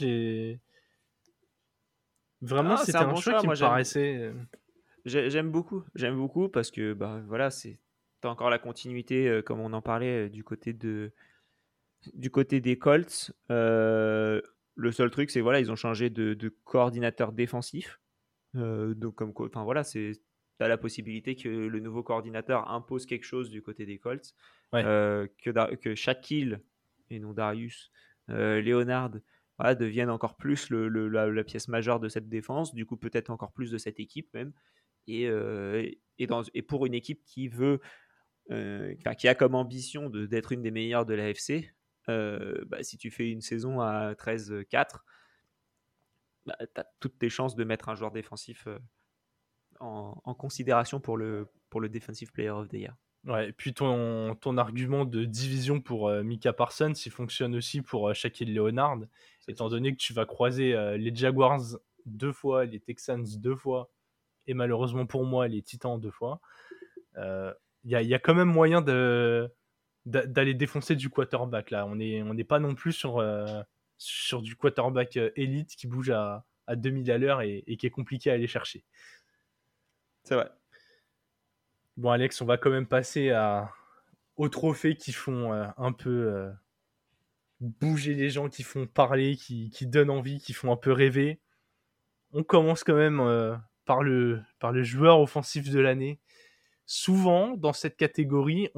Vraiment, Ah, c'est c'était un un bon choix choix. qui me Moi, paraissait. j'aime beaucoup. J'aime beaucoup parce que bah, voilà, t'as encore la continuité, comme on en parlait, du côté des Colts. Le seul truc, c'est voilà, ils ont changé de coordinateur défensif. Donc, enfin voilà, t'as la possibilité que le nouveau coordinateur impose quelque chose du côté des Colts, Ouais. que Shaquille et non Darius Leonard voilà, deviennent encore plus la pièce majeure de cette défense, du coup peut-être encore plus de cette équipe même, et pour une équipe qui veut, enfin, qui a comme ambition d'être une des meilleures de la l'AFC, bah, si tu fais une saison à 13-4, bah, tu as toutes tes chances de mettre un joueur défensif en considération pour le Defensive Player of the Year. Ouais, et puis ton argument de division pour Micah Parsons, il fonctionne aussi pour Shaquille Leonard, Ça, étant c'est sûr. donné que tu vas croiser les Jaguars 2 fois, les Texans 2 fois, et malheureusement pour moi, les Titans 2 fois. Il y a quand même moyen d'aller défoncer du quarterback là. On n'est pas non plus sur du quarterback élite qui bouge à 2000 à l'heure et qui est compliqué à aller chercher. C'est vrai. Bon, Alex, on va quand même passer aux trophées qui font un peu bouger les gens, qui font parler, qui donnent envie, qui font un peu rêver. On commence quand même par le joueur offensif de l'année. Souvent, dans cette catégorie,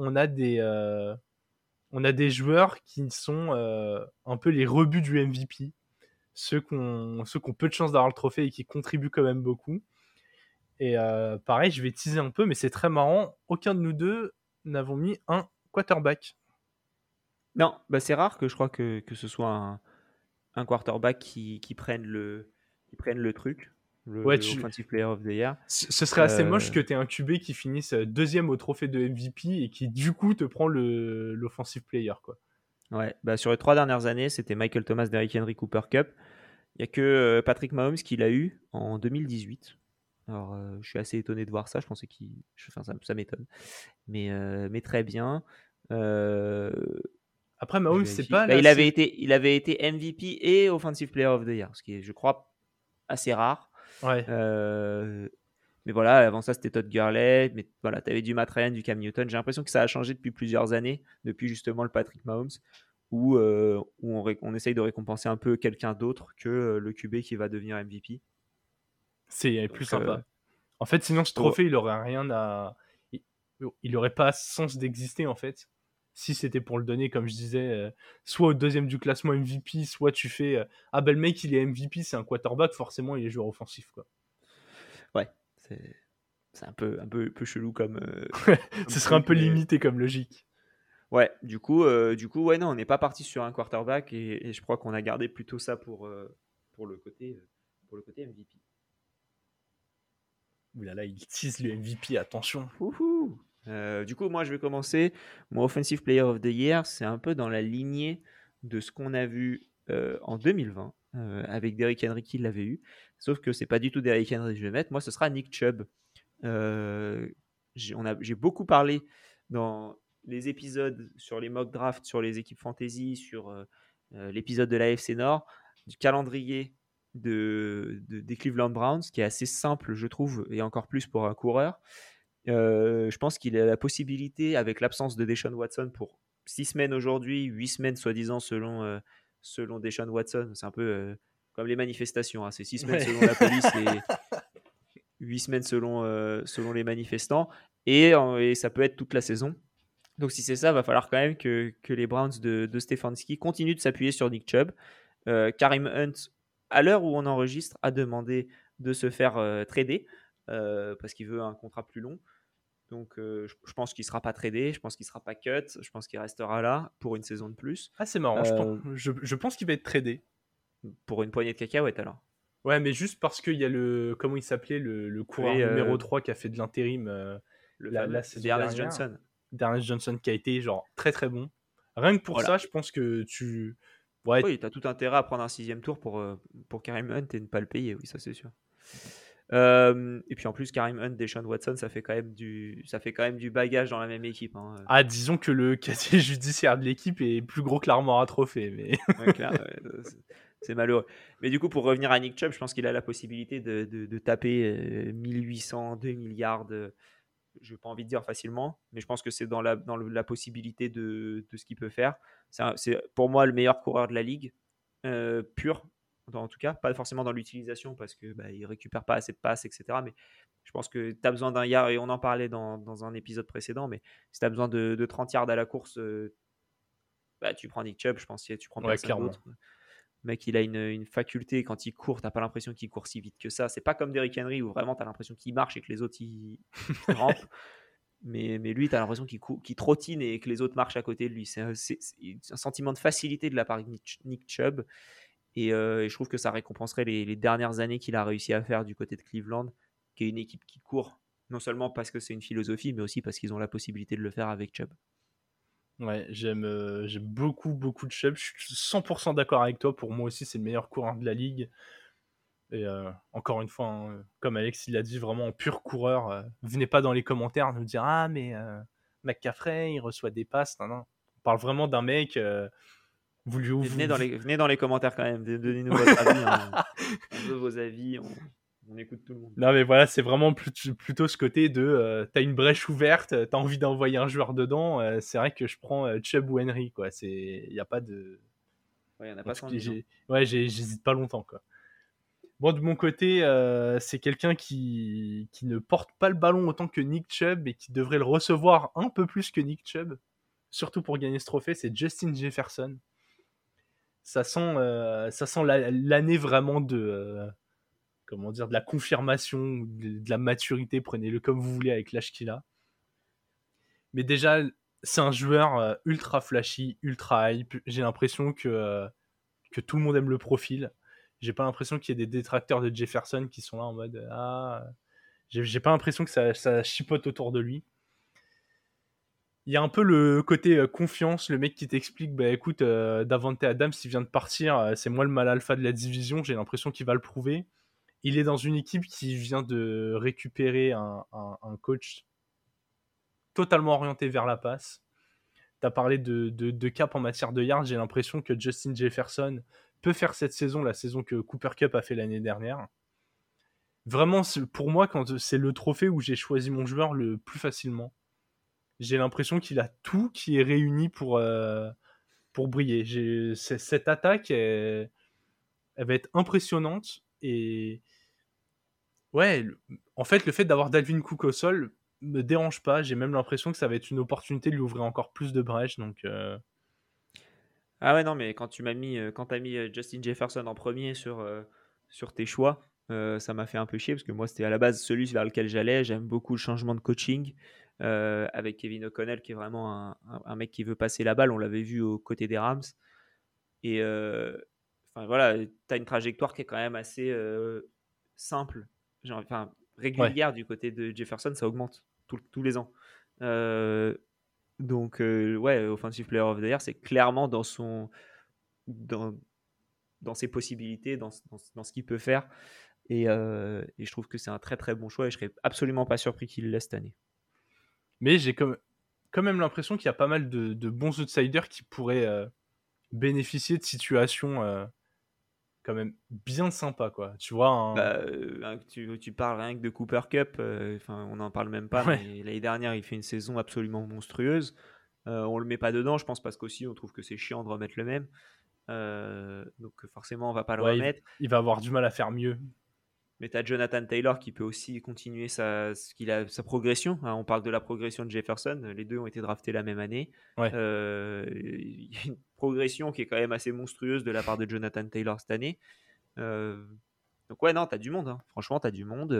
on a des joueurs qui sont un peu les rebuts du MVP, ceux qui ont peu de chance d'avoir le trophée et qui contribuent quand même beaucoup. Et pareil, je vais teaser un peu, mais c'est très marrant. Aucun de nous deux n'avons mis un quarterback. Non, bah c'est rare que je crois que ce soit un quarterback qui prenne le truc, Ouais, le Offensive Player of the Year. ce serait assez moche Euh, que tu aies un QB qui finisse deuxième au trophée de MVP et qui du coup te prend l'offensive player, quoi. ouais, bah sur les 3 dernières années, c'était Michael Thomas, Derrick Henry, Cooper Cup. Il n'y a que Patrick Mahomes qui l'a eu en 2018. Alors, je suis assez étonné de voir ça. Je pensais enfin, ça m'étonne. Mais très bien. Euh, Après, je Mahomes, c'est vérifie. pas Bah, la il avait été MVP et Offensive Player of the Year, ce qui est, je crois, assez rare. Ouais. Euh, mais voilà, avant ça, c'était Todd Gurley. Mais voilà, tu avais du Matt Ryan, du Cam Newton. J'ai l'impression que ça a changé depuis plusieurs années, depuis justement le Patrick Mahomes, où on essaye de récompenser un peu quelqu'un d'autre que le QB qui va devenir MVP. C'est plus Donc, sympa. En fait, sinon, ce oh, trophée, il aurait rien à. Il aurait pas sens d'exister, en fait. Si c'était pour le donner, comme je disais, soit au deuxième du classement MVP, soit tu fais ah ben le mec il est MVP, c'est un quarterback, forcément il est joueur offensif, quoi. ouais, c'est un peu chelou comme Ce serait un truc, peu mais limité comme logique. ouais, du coup, ouais, non, on n'est pas parti sur un quarterback et je crois qu'on a gardé plutôt ça pour pour le côté MVP. Ouh là là, il tease le MVP, attention. Wouhou. Du coup, moi, je vais commencer. Mon Offensive Player of the Year, c'est un peu dans la lignée de ce qu'on a vu en 2020 avec Derrick Henry qui l'avait eu. Sauf que c'est pas du tout Derrick Henry que je vais mettre. Moi, ce sera Nick Chubb. J'ai beaucoup parlé dans les épisodes sur les mock drafts, sur les équipes fantasy, sur l'épisode de la FC Nord, du calendrier des Cleveland Browns, qui est assez simple, je trouve, et encore plus pour un coureur. Je pense qu'il a la possibilité, avec l'absence de Deshaun Watson pour 6 semaines aujourd'hui, 8 semaines soi-disant selon Deshaun Watson. C'est un peu comme les manifestations, hein. C'est 6 semaines Ouais. selon la police et 8 semaines selon les manifestants. Et ça peut être toute la saison. Donc si c'est ça, va falloir quand même que les Browns de Stefanski continuent de s'appuyer sur Nick Chubb. Kareem Hunt, à l'heure où on enregistre, a demandé de se faire trader parce qu'il veut un contrat plus long. Donc je pense qu'il ne sera pas tradé, je pense qu'il ne sera pas cut, je pense qu'il restera là pour une saison de plus. Ah, c'est marrant, Euh, je pense qu'il va être tradé. pour une poignée de cacahuètes alors. Ouais, mais juste parce qu'il y a comment il s'appelait, le coureur Oui, numéro 3 qui a fait de l'intérim le la fameux saison D'Ernest dernière. Johnson. D'Ernest Johnson qui a été genre très très bon. Rien que pour Voilà. ça, je pense que Ouais, Oui, tu as tout intérêt à prendre un 6e tour pour Kareem Hunt et ne pas le payer, oui, ça c'est sûr. Et puis en plus, Kareem Hunt, Deshaun Watson, ça fait quand même du bagage dans la même équipe, hein. ah, disons que le casier judiciaire de l'équipe est plus gros que l'armoire à trophées, mais... Ouais, clair, ouais, c'est malheureux. Mais du coup, pour revenir à Nick Chubb, je pense qu'il a la possibilité de taper 1800, 2 milliards. Je n'ai pas envie de dire facilement, mais je pense que c'est dans la possibilité de ce qu'il peut faire. C'est pour moi le meilleur coureur de la ligue, pur, en tout cas, pas forcément dans l'utilisation parce que il récupère pas assez de passes, etc. Mais je pense que tu as besoin d'un yard, et on en parlait dans un épisode précédent, mais si tu as besoin de 30 yards à la course, tu prends Nick Chubb, je pense que tu prends Ouais, personne clairement. d'autre. Le mec, il a une faculté, quand il court, t'as pas l'impression qu'il court si vite que ça. C'est pas comme Derrick Henry où vraiment t'as l'impression qu'il marche et que les autres ils rampent. Mais lui, t'as l'impression qu'il trottine et que les autres marchent à côté de lui. C'est un sentiment de facilité de la part de Nick Chubb. Et je trouve que ça récompenserait les dernières années qu'il a réussi à faire du côté de Cleveland, qui est une équipe qui court, non seulement parce que c'est une philosophie, mais aussi parce qu'ils ont la possibilité de le faire avec Chubb. Ouais, j'aime beaucoup, beaucoup de Chubb. Je suis 100% d'accord avec toi. Pour moi aussi, c'est le meilleur coureur de la ligue. Et encore une fois, hein, comme Alex il a dit, vraiment en pur coureur. Venez pas dans les commentaires nous dire « Ah, mais McCaffrey, il reçoit des passes. » Non, non. On parle vraiment d'un mec... Venez dans les commentaires quand même, donnez-nous votre avis, hein. On veut vos avis, on écoute tout le monde. Non, mais voilà, c'est vraiment plutôt ce côté de t'as une brèche ouverte, t'as envie d'envoyer un joueur dedans. C'est vrai que je prends Chubb ou Henry, quoi. Il n'y a pas de. Ouais, il n'y en a En pas tout 100 cas, 000 ans. j'hésite pas longtemps, quoi. Bon, de mon côté, c'est quelqu'un qui ne porte pas le ballon autant que Nick Chubb et qui devrait le recevoir un peu plus que Nick Chubb, surtout pour gagner ce trophée, c'est Justin Jefferson. Ça sent l'année vraiment comment dire, de la confirmation, de la maturité, prenez-le comme vous voulez avec l'âge qu'il a. Mais déjà, c'est un joueur ultra flashy, ultra hype. J'ai l'impression que tout le monde aime le profil. J'ai pas l'impression qu'il y ait des détracteurs de Jefferson qui sont là en mode j'ai pas l'impression que ça chipote autour de lui. Il y a un peu le côté confiance, le mec qui t'explique bah écoute, Davante Adams il vient de partir, c'est moi le mal alpha de la division, j'ai l'impression qu'il va le prouver. Il est dans une équipe qui vient de récupérer un coach totalement orienté vers la passe. Tu as parlé de cap en matière de yards. J'ai l'impression que Justin Jefferson peut faire cette saison, la saison que Cooper Kupp a fait l'année dernière. Vraiment, pour moi, quand c'est le trophée où j'ai choisi mon joueur le plus facilement. J'ai l'impression qu'il a tout qui est réuni pour briller. Cette attaque, elle va être impressionnante. Et ouais, en fait, le fait d'avoir Dalvin Cook au sol me dérange pas. J'ai même l'impression que ça va être une opportunité de lui ouvrir encore plus de brèches. Donc, Ah ouais, non, mais quand tu as mis Justin Jefferson en premier sur tes choix, ça m'a fait un peu chier parce que moi, c'était à la base celui vers lequel j'allais. J'aime beaucoup le changement de coaching avec Kevin O'Connell, qui est vraiment un mec qui veut passer la balle. On l'avait vu aux côtés des Rams. Et enfin, voilà, tu as une trajectoire qui est quand même assez simple, enfin, ouais. régulière du côté de Jefferson. Ça augmente tous les ans. Euh, donc, ouais, Offensive Player of the Year, c'est clairement dans, dans ses possibilités, dans ce qu'il peut faire. Et je trouve que c'est un très très bon choix et je serais absolument pas surpris qu'il le laisse cette année. Mais j'ai quand même l'impression qu'il y a pas mal de bons outsiders qui pourraient bénéficier de situations quand même bien sympa, quoi. Tu vois, Tu parles rien que de Cooper Cup, on n'en parle même pas, ouais, mais l'année dernière, il fait une saison absolument monstrueuse. On le met pas dedans, je pense, parce qu'aussi, on trouve que c'est chiant de remettre le même. Donc forcément, on va pas le ouais, remettre. il va avoir du mal à faire mieux. Mais tu as Jonathan Taylor qui peut aussi continuer sa progression. On parle de la progression de Jefferson. Les deux ont été draftés la même année. Ouais. Il y a une progression qui est quand même assez monstrueuse de la part de Jonathan Taylor cette année. Euh, donc ouais, non, tu as du monde. Hein. Franchement, tu as du monde.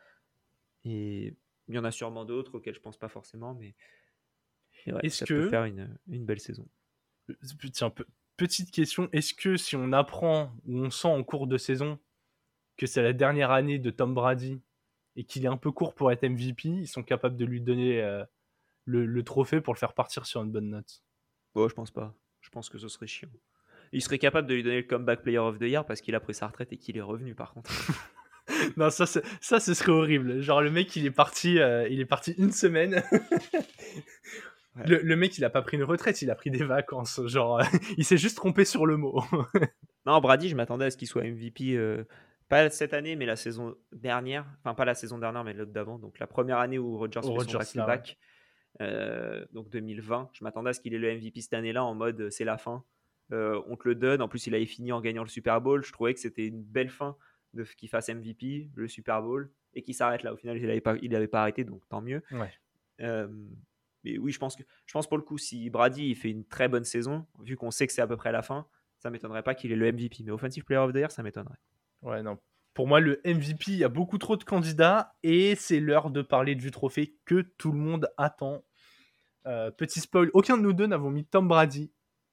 Et il y en a sûrement d'autres auxquels je pense pas forcément. Mais ouais, Est-ce ça peut que, faire une belle saison. tiens, petite question, est-ce que si on apprend ou on sent en cours de saison que c'est la dernière année de Tom Brady et qu'il est un peu court pour être MVP, ils sont capables de lui donner le trophée pour le faire partir sur une bonne note? Bon, je pense pas. Je pense que ce serait chiant. Il serait capable de lui donner le Comeback Player of the Year parce qu'il a pris sa retraite et qu'il est revenu par contre. Non, ça, ce serait horrible. Genre, le mec, il est parti une semaine. Ouais. Le mec, il a pas pris une retraite, il a pris des vacances. Genre, il s'est juste trompé sur le mot. Non, Brady, je m'attendais à ce qu'il soit MVP, pas cette année, mais la saison dernière. Enfin, pas la saison dernière, mais l'autre d'avant. Donc la première année où Rodgers Au fait son Rogers, là, ouais. back-to-back, donc 2020. Je m'attendais à ce qu'il ait le MVP cette année-là en mode c'est la fin. On te le donne. En plus, il avait fini en gagnant le Super Bowl. Je trouvais que c'était une belle fin de qu'il fasse MVP, le Super Bowl, et qu'il s'arrête là. Au final, il n'avait pas arrêté, donc tant mieux. Ouais. Euh, mais oui, je pense pour le coup, si Brady il fait une très bonne saison, vu qu'on sait que c'est à peu près la fin, ça m'étonnerait pas qu'il ait le MVP. Mais Offensive Player of the Year, ça m'étonnerait. Ouais, non. Pour moi, le MVP, il y a beaucoup trop de candidats et c'est l'heure de parler du trophée que tout le monde attend. Petit spoil, aucun de nous deux n'avons mis Tom Brady.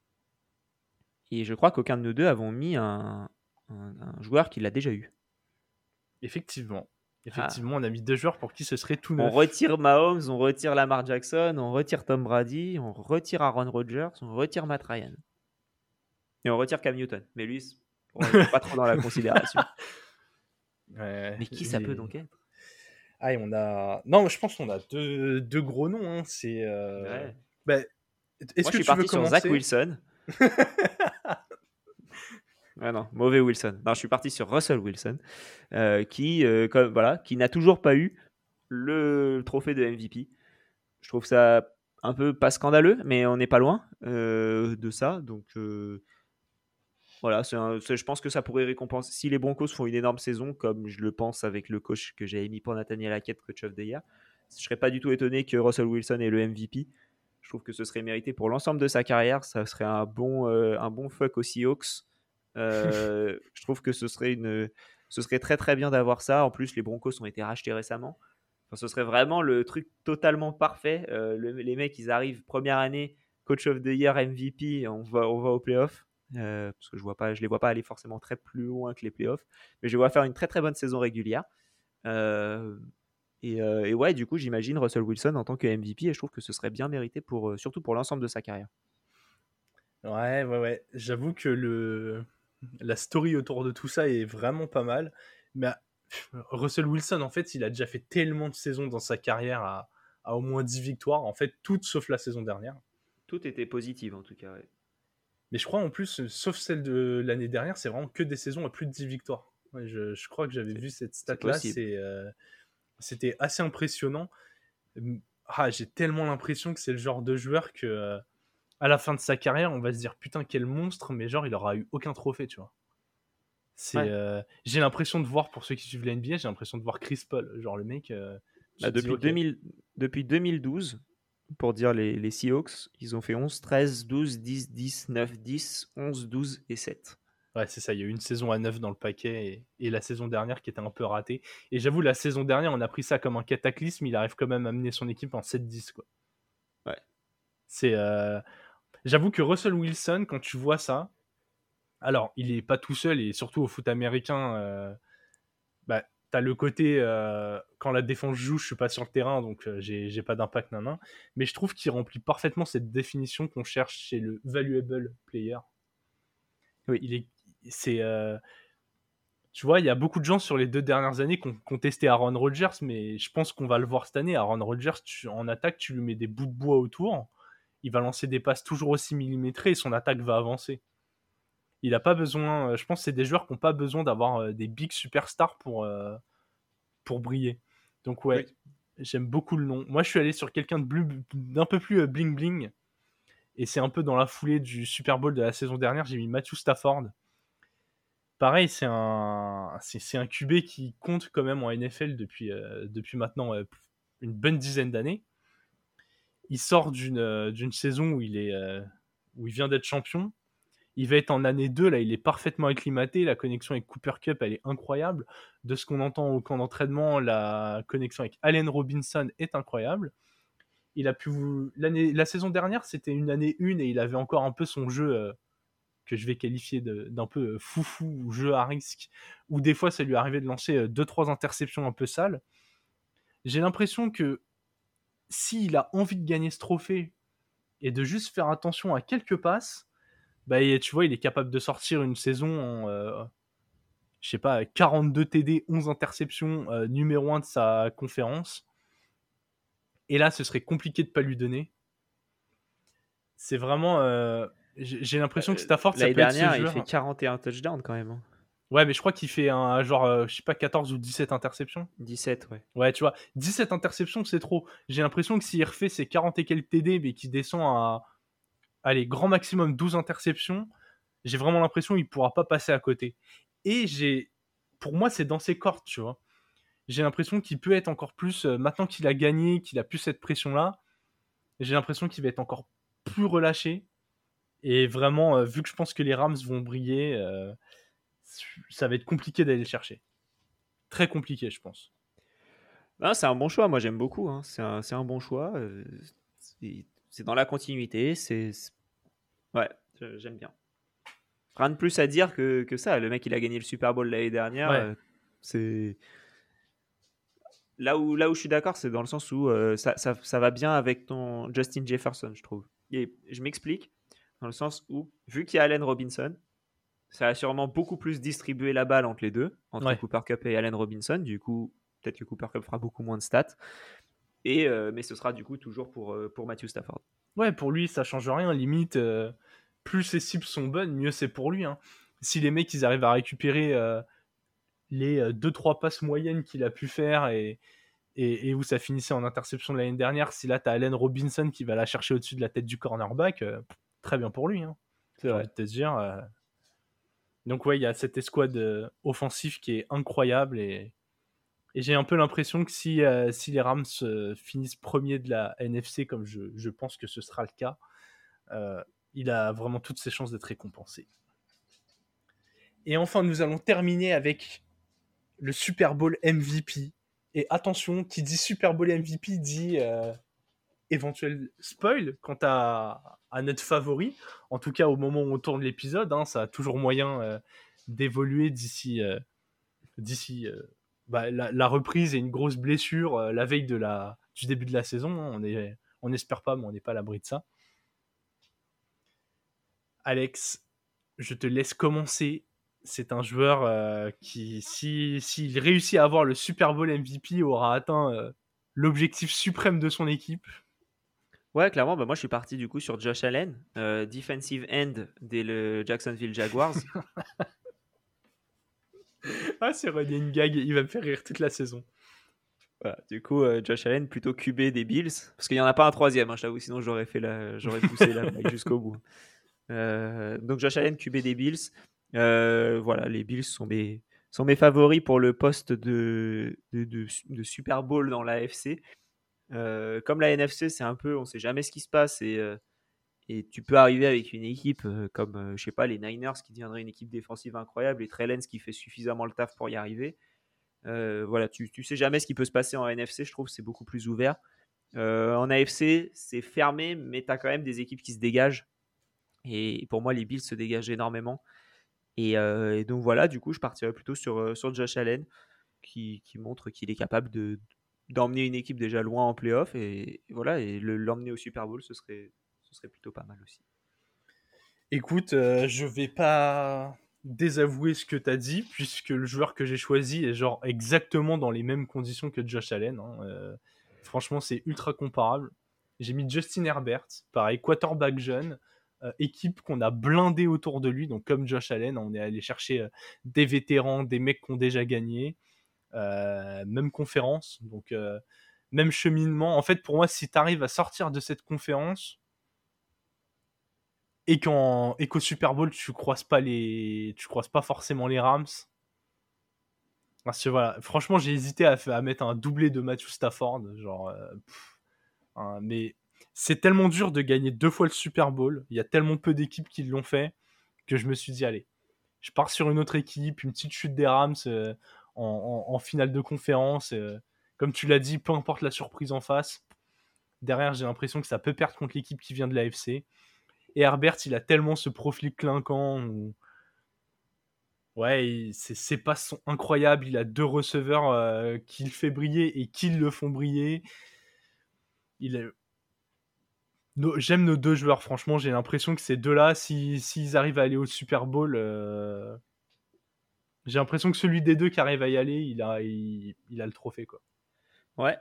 Et je crois qu'aucun de nous deux avons mis un joueur qui l'a déjà eu. Effectivement. Ah. Effectivement, on a mis 2 joueurs pour qui ce serait tout On neuf. retire Mahomes, on retire Lamar Jackson, on retire Tom Brady, on retire Aaron Rodgers, on retire Matt Ryan. Et on retire Cam Newton. Mais lui, il n'est pas trop dans la considération. Mais qui ça peut donc être? Ah, et on a. Non, je pense qu'on a deux gros noms. Hein. C'est. Ouais. Bah, est-ce Moi, je que suis tu veux parti sur Zach commencer? Wilson. Ouais, non, mauvais Wilson. Non, je suis parti sur Russell Wilson, qui n'a toujours pas eu le trophée de MVP. Je trouve ça un peu pas scandaleux, mais on n'est pas loin de ça. Donc voilà, je pense que ça pourrait récompenser. Si les Broncos font une énorme saison, comme je le pense avec le coach que j'avais mis pour Nathaniel Hackett, coach of the year, je serais pas du tout étonné que Russell Wilson ait le MVP. Je trouve que ce serait mérité pour l'ensemble de sa carrière. Ça serait un bon fuck aux Seahawks. Je trouve que ce serait très très bien d'avoir ça. En plus, les Broncos ont été rachetés récemment. Enfin, ce serait vraiment le truc totalement parfait. Les mecs, ils arrivent première année, coach of the year, MVP, on va au playoff. Parce que je les vois pas aller forcément très plus loin que les playoffs, mais je les vois faire une très très bonne saison régulière. Euh, et ouais, du coup, j'imagine Russell Wilson en tant que MVP, et je trouve que ce serait bien mérité surtout pour l'ensemble de sa carrière. Ouais. J'avoue que la story autour de tout ça est vraiment pas mal. Mais Russell Wilson, en fait, il a déjà fait tellement de saisons dans sa carrière à au moins 10 victoires. En fait, toutes sauf la saison dernière. Tout était positif en tout cas. Ouais. Mais je crois en plus, sauf celle de l'année dernière, c'est vraiment que des saisons à plus de 10 victoires. Ouais, je crois que j'avais C'est, vu cette c'est stat-là. possible. C'était assez impressionnant. J'ai tellement l'impression que c'est le genre de joueur que à la fin de sa carrière, on va se dire putain quel monstre, mais genre il aura eu aucun trophée, tu vois. Ouais. J'ai l'impression de voir, pour ceux qui suivent la NBA, j'ai l'impression de voir Chris Paul, genre le mec, tu Bah, te dis depuis, ok. 2000, depuis 2012, pour dire les Seahawks, ils ont fait 11, 13, 12, 10, 10, 9, 10, 11, 12 et 7. Ouais, c'est ça, il y a eu une saison à 9 dans le paquet et la saison dernière qui était un peu ratée. Et j'avoue, la saison dernière, on a pris ça comme un cataclysme, il arrive quand même à mener son équipe en 7-10, quoi. Ouais. C'est, j'avoue que Russell Wilson, quand tu vois ça, alors il est pas tout seul et surtout au foot américain, bah, t'as le côté quand la défense joue, je suis pas sur le terrain, donc j'ai pas d'impact, nanan. Mais je trouve qu'il remplit parfaitement cette définition qu'on cherche chez le valuable player. Oui. Il est, c'est, tu vois, il y a beaucoup de gens sur les 2 dernières années qui ont testé Aaron Rodgers, mais je pense qu'on va le voir cette année. Aaron Rodgers, en attaque, tu lui mets des bouts de bois autour, il va lancer des passes toujours aussi millimétrées et son attaque va avancer. Il a pas besoin. Je pense que c'est des joueurs qui n'ont pas besoin d'avoir des big superstars pour briller. Donc Oui. ouais, j'aime beaucoup le nom. Moi, je suis allé sur quelqu'un d'un peu plus bling bling. Et c'est un peu dans la foulée du Super Bowl de la saison dernière. J'ai mis Matthew Stafford. Pareil, c'est un QB qui compte quand même en NFL depuis maintenant une bonne dizaine d'années. Il sort d'une saison où où il vient d'être champion. Il va être en année 2, là, il est parfaitement acclimaté. La connexion avec Cooper Kupp, elle est incroyable. De ce qu'on entend au camp d'entraînement, la connexion avec Allen Robinson est incroyable. Il a pu la saison dernière, c'était une année 1 et il avait encore un peu son jeu que je vais qualifier d'un peu foufou ou jeu à risque, où des fois ça lui arrivait de lancer 2-3 interceptions un peu sales. J'ai l'impression que s'il a envie de gagner ce trophée et de juste faire attention à quelques passes, bah, tu vois, il est capable de sortir une saison en, je sais pas, 42 TD, 11 interceptions, numéro 1 de sa conférence. Et là, ce serait compliqué de pas lui donner. C'est vraiment... j'ai l'impression que Stafford, ça L'année peut être ce dernière, il fait joueur. 41 touchdowns quand même. Ouais, mais je crois qu'il fait un genre, je sais pas, 14 ou 17 interceptions. 17, ouais. Ouais, tu vois, 17 interceptions, c'est trop. J'ai l'impression que s'il refait ses 40 et quelques TD, mais qu'il descend à, allez, grand maximum 12 interceptions, j'ai vraiment l'impression qu'il pourra pas passer à côté. Et pour moi, c'est dans ses cordes, tu vois. J'ai l'impression qu'il peut être encore plus, maintenant qu'il a gagné, qu'il a plus cette pression-là, j'ai l'impression qu'il va être encore plus relâché. Et vraiment, vu que je pense que les Rams vont briller, ça va être compliqué d'aller le chercher. Très compliqué, je pense. Ah, c'est un bon choix, moi j'aime beaucoup. Hein. C'est un bon choix. C'est dans la continuité. Ouais, j'aime bien. Rien de plus à dire que ça. Le mec, il a gagné le Super Bowl l'année dernière. Ouais. C'est là où je suis d'accord, c'est dans le sens où ça va bien avec ton Justin Jefferson, je trouve. Et je m'explique. Dans le sens où, vu qu'il y a Allen Robinson, ça va sûrement beaucoup plus distribuer la balle entre les deux, entre Ouais. Cooper Kupp et Allen Robinson. Du coup, peut-être que Cooper Kupp fera beaucoup moins de stats. Mais ce sera du coup toujours pour Matthew Stafford. Ouais, pour lui, ça change rien. Limite, plus ses cibles sont bonnes, mieux c'est pour lui. Hein. Si les mecs, ils arrivent à récupérer les 2-3 passes moyennes qu'il a pu faire et où ça finissait en interception de l'année dernière, si là, tu as Allen Robinson qui va la chercher au-dessus de la tête du cornerback, très bien pour lui. Hein. C'est J'ai vrai. envie de te dire. Donc, ouais, il y a cette escouade offensif qui est incroyable et j'ai un peu l'impression que si les Rams finissent premiers de la NFC, comme je pense que ce sera le cas, il a vraiment toutes ses chances d'être récompensé. Et enfin, nous allons terminer avec le Super Bowl MVP. Et attention, qui dit Super Bowl MVP dit éventuel spoil quant à notre favori. En tout cas, au moment où on tourne l'épisode, hein, ça a toujours moyen d'évoluer d'ici la reprise et une grosse blessure la veille du début de la saison. Hein. On n'espère pas, mais on n'est pas à l'abri de ça. Alex, je te laisse commencer. C'est un joueur qui, s'il réussit à avoir le Super Bowl MVP, aura atteint l'objectif suprême de son équipe. Ouais, clairement, bah moi je suis parti du coup sur Josh Allen, defensive end des Jacksonville Jaguars. Ah, c'est running gag, il va me faire rire toute la saison. Voilà, du coup, Josh Allen plutôt QB des Bills, parce qu'il n'y en a pas un troisième, hein, je t'avoue, sinon j'aurais poussé la blague jusqu'au bout. Donc Josh Allen QB des Bills. Voilà, les Bills sont mes favoris pour le poste de Super Bowl dans la AFC. Comme la NFC, c'est un peu, on sait jamais ce qui se passe et tu peux arriver avec une équipe comme, je sais pas, les Niners qui deviendrait une équipe défensive incroyable et Trey Lance qui fait suffisamment le taf pour y arriver. Voilà, tu sais jamais ce qui peut se passer en NFC, je trouve, c'est beaucoup plus ouvert. En AFC, c'est fermé, mais tu as quand même des équipes qui se dégagent. Et pour moi, les Bills se dégagent énormément. Et donc voilà, du coup, je partirais plutôt sur Josh Allen, qui montre qu'il est capable d'emmener une équipe déjà loin en playoff. Et voilà, et l'emmener au Super Bowl, ce serait plutôt pas mal aussi. Écoute, je vais pas désavouer ce que tu as dit, puisque le joueur que j'ai choisi est genre exactement dans les mêmes conditions que Josh Allen. Hein. Franchement, c'est ultra comparable. J'ai mis Justin Herbert, pareil, quarterback jeune, équipe qu'on a blindée autour de lui. Donc comme Josh Allen, on est allé chercher des vétérans, des mecs qui ont déjà gagné, même conférence, donc même cheminement. En fait, pour moi, si tu arrives à sortir de cette conférence et qu'au Super Bowl tu croises pas forcément les Rams. Parce que voilà, franchement, j'ai hésité à mettre un doublé de Matthew Stafford, genre, mais c'est tellement dur de gagner 2 fois le Super Bowl. Il y a tellement peu d'équipes qui l'ont fait que je me suis dit, allez, je pars sur une autre équipe, une petite chute des Rams en finale de conférence. Comme tu l'as dit, peu importe la surprise en face. Derrière, j'ai l'impression que ça peut perdre contre l'équipe qui vient de l'AFC. Et Herbert, il a tellement ce profil clinquant où... Ouais, ses passes sont incroyables. Il a 2 receveurs qui le fait briller et qui le font briller. J'aime nos 2 joueurs, franchement. J'ai l'impression que ces deux-là, s'ils arrivent à aller au Super Bowl, j'ai l'impression que celui des deux qui arrive à y aller, il a le trophée, quoi. Ouais.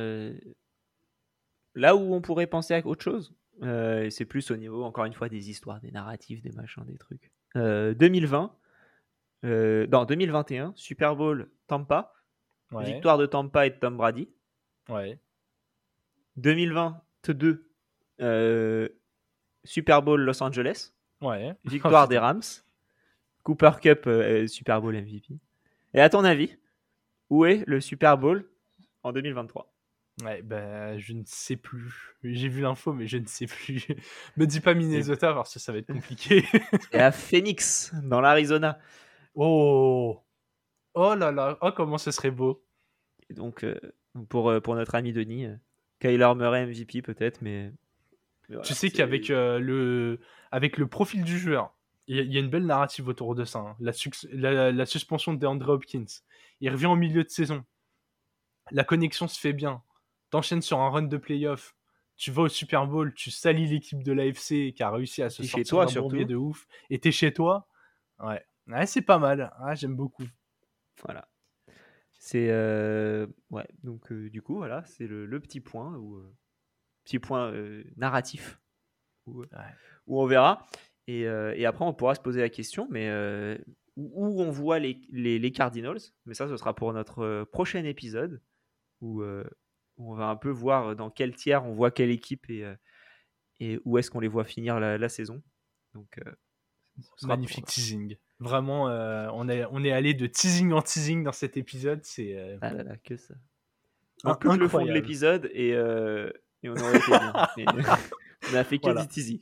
Là où on pourrait penser à autre chose, c'est plus au niveau, encore une fois, des histoires, des narratifs, des machins, des trucs. 2020, non, 2021, Super Bowl Tampa, Ouais. victoire de Tampa et de Tom Brady. Ouais. 2022, Super Bowl Los Angeles, Ouais. victoire des Rams, Cooper Cup, Super Bowl MVP. Et à ton avis, où est le Super Bowl en 2023 ? Ouais, ben, je ne sais plus. J'ai vu l'info, mais je ne sais plus. Me dis pas Minnesota, parce que ça va être compliqué. C'est à Phoenix, dans l'Arizona. Oh là là, oh comment ce serait beau. Et donc, pour notre ami Denis, Kyler Murray MVP peut-être, mais voilà, tu sais qu'avec le profil du joueur, il y a une belle narrative autour de ça. Hein. La suspension de DeAndre Hopkins. Il revient au milieu de saison. La connexion se fait bien. T'enchaînes sur un run de playoff. Tu vas au Super Bowl, tu salis l'équipe de l'AFC qui a réussi à se sortir d'un bourbier de ouf. Et t'es chez toi. Ouais, c'est pas mal. J'aime beaucoup. Voilà. C'est ouais. Donc du coup, voilà, c'est le petit point narratif où on verra. Et après, on pourra se poser la question, mais où on voit les Cardinals. Mais ça, ce sera pour notre prochain épisode où on va un peu voir dans quel tiers on voit quelle équipe et où est-ce qu'on les voit finir la saison. Donc, magnifique teasing. Vraiment, on est allé de teasing en teasing dans cet épisode. C'est ah là là, que ça. Donc, plus que le fond de l'épisode et on aurait été bien. Mais, on a fait que du teasing.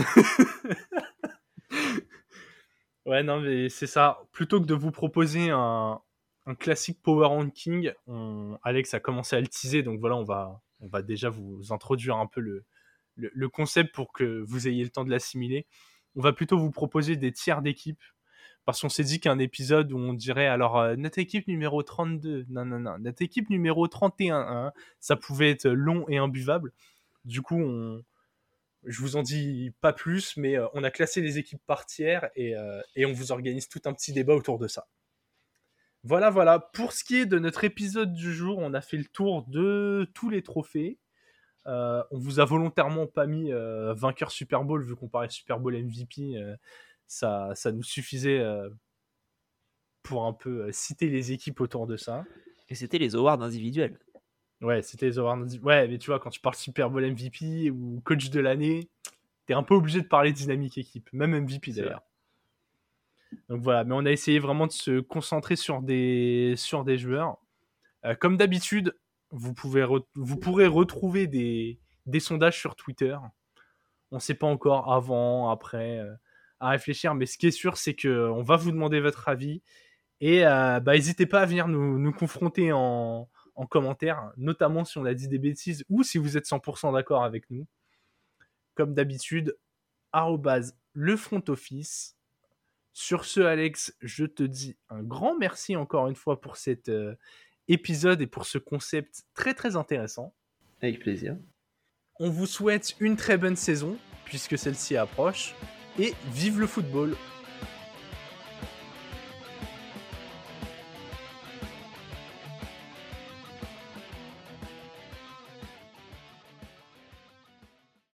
Ouais, non, mais c'est ça. Plutôt que de vous proposer un classique power ranking, Alex a commencé à le teaser, donc voilà, on va déjà vous introduire un peu le concept pour que vous ayez le temps de l'assimiler. On va plutôt vous proposer des tiers d'équipe, parce qu'on s'est dit qu'un épisode où on dirait, alors, notre équipe numéro 32, non, notre équipe numéro 31, hein, ça pouvait être long et imbuvable. Du coup, je vous en dis pas plus, mais on a classé les équipes par tiers et on vous organise tout un petit débat autour de ça. Voilà. Pour ce qui est de notre épisode du jour, on a fait le tour de tous les trophées. On vous a volontairement pas mis vainqueur Super Bowl, vu qu'on parlait Super Bowl MVP. Ça nous suffisait pour un peu citer les équipes autour de ça. Et c'était les awards individuels. Ouais, c'était les awards individuels. Ouais, mais tu vois, quand tu parles Super Bowl MVP ou coach de l'année, t'es un peu obligé de parler dynamique équipe, même MVP d'ailleurs. Donc voilà, mais on a essayé vraiment de se concentrer sur des joueurs. Comme d'habitude, vous pourrez retrouver des sondages sur Twitter. On ne sait pas encore avant, après, à réfléchir, mais ce qui est sûr, c'est qu'on va vous demander votre avis. Et n'hésitez pas à venir nous confronter en commentaire, notamment si on a dit des bêtises ou si vous êtes 100% d'accord avec nous. Comme d'habitude, @lefrontoffice. Sur ce, Alex, je te dis un grand merci encore une fois pour cet épisode et pour ce concept très très intéressant. Avec plaisir. On vous souhaite une très bonne saison, puisque celle-ci approche, et vive le football!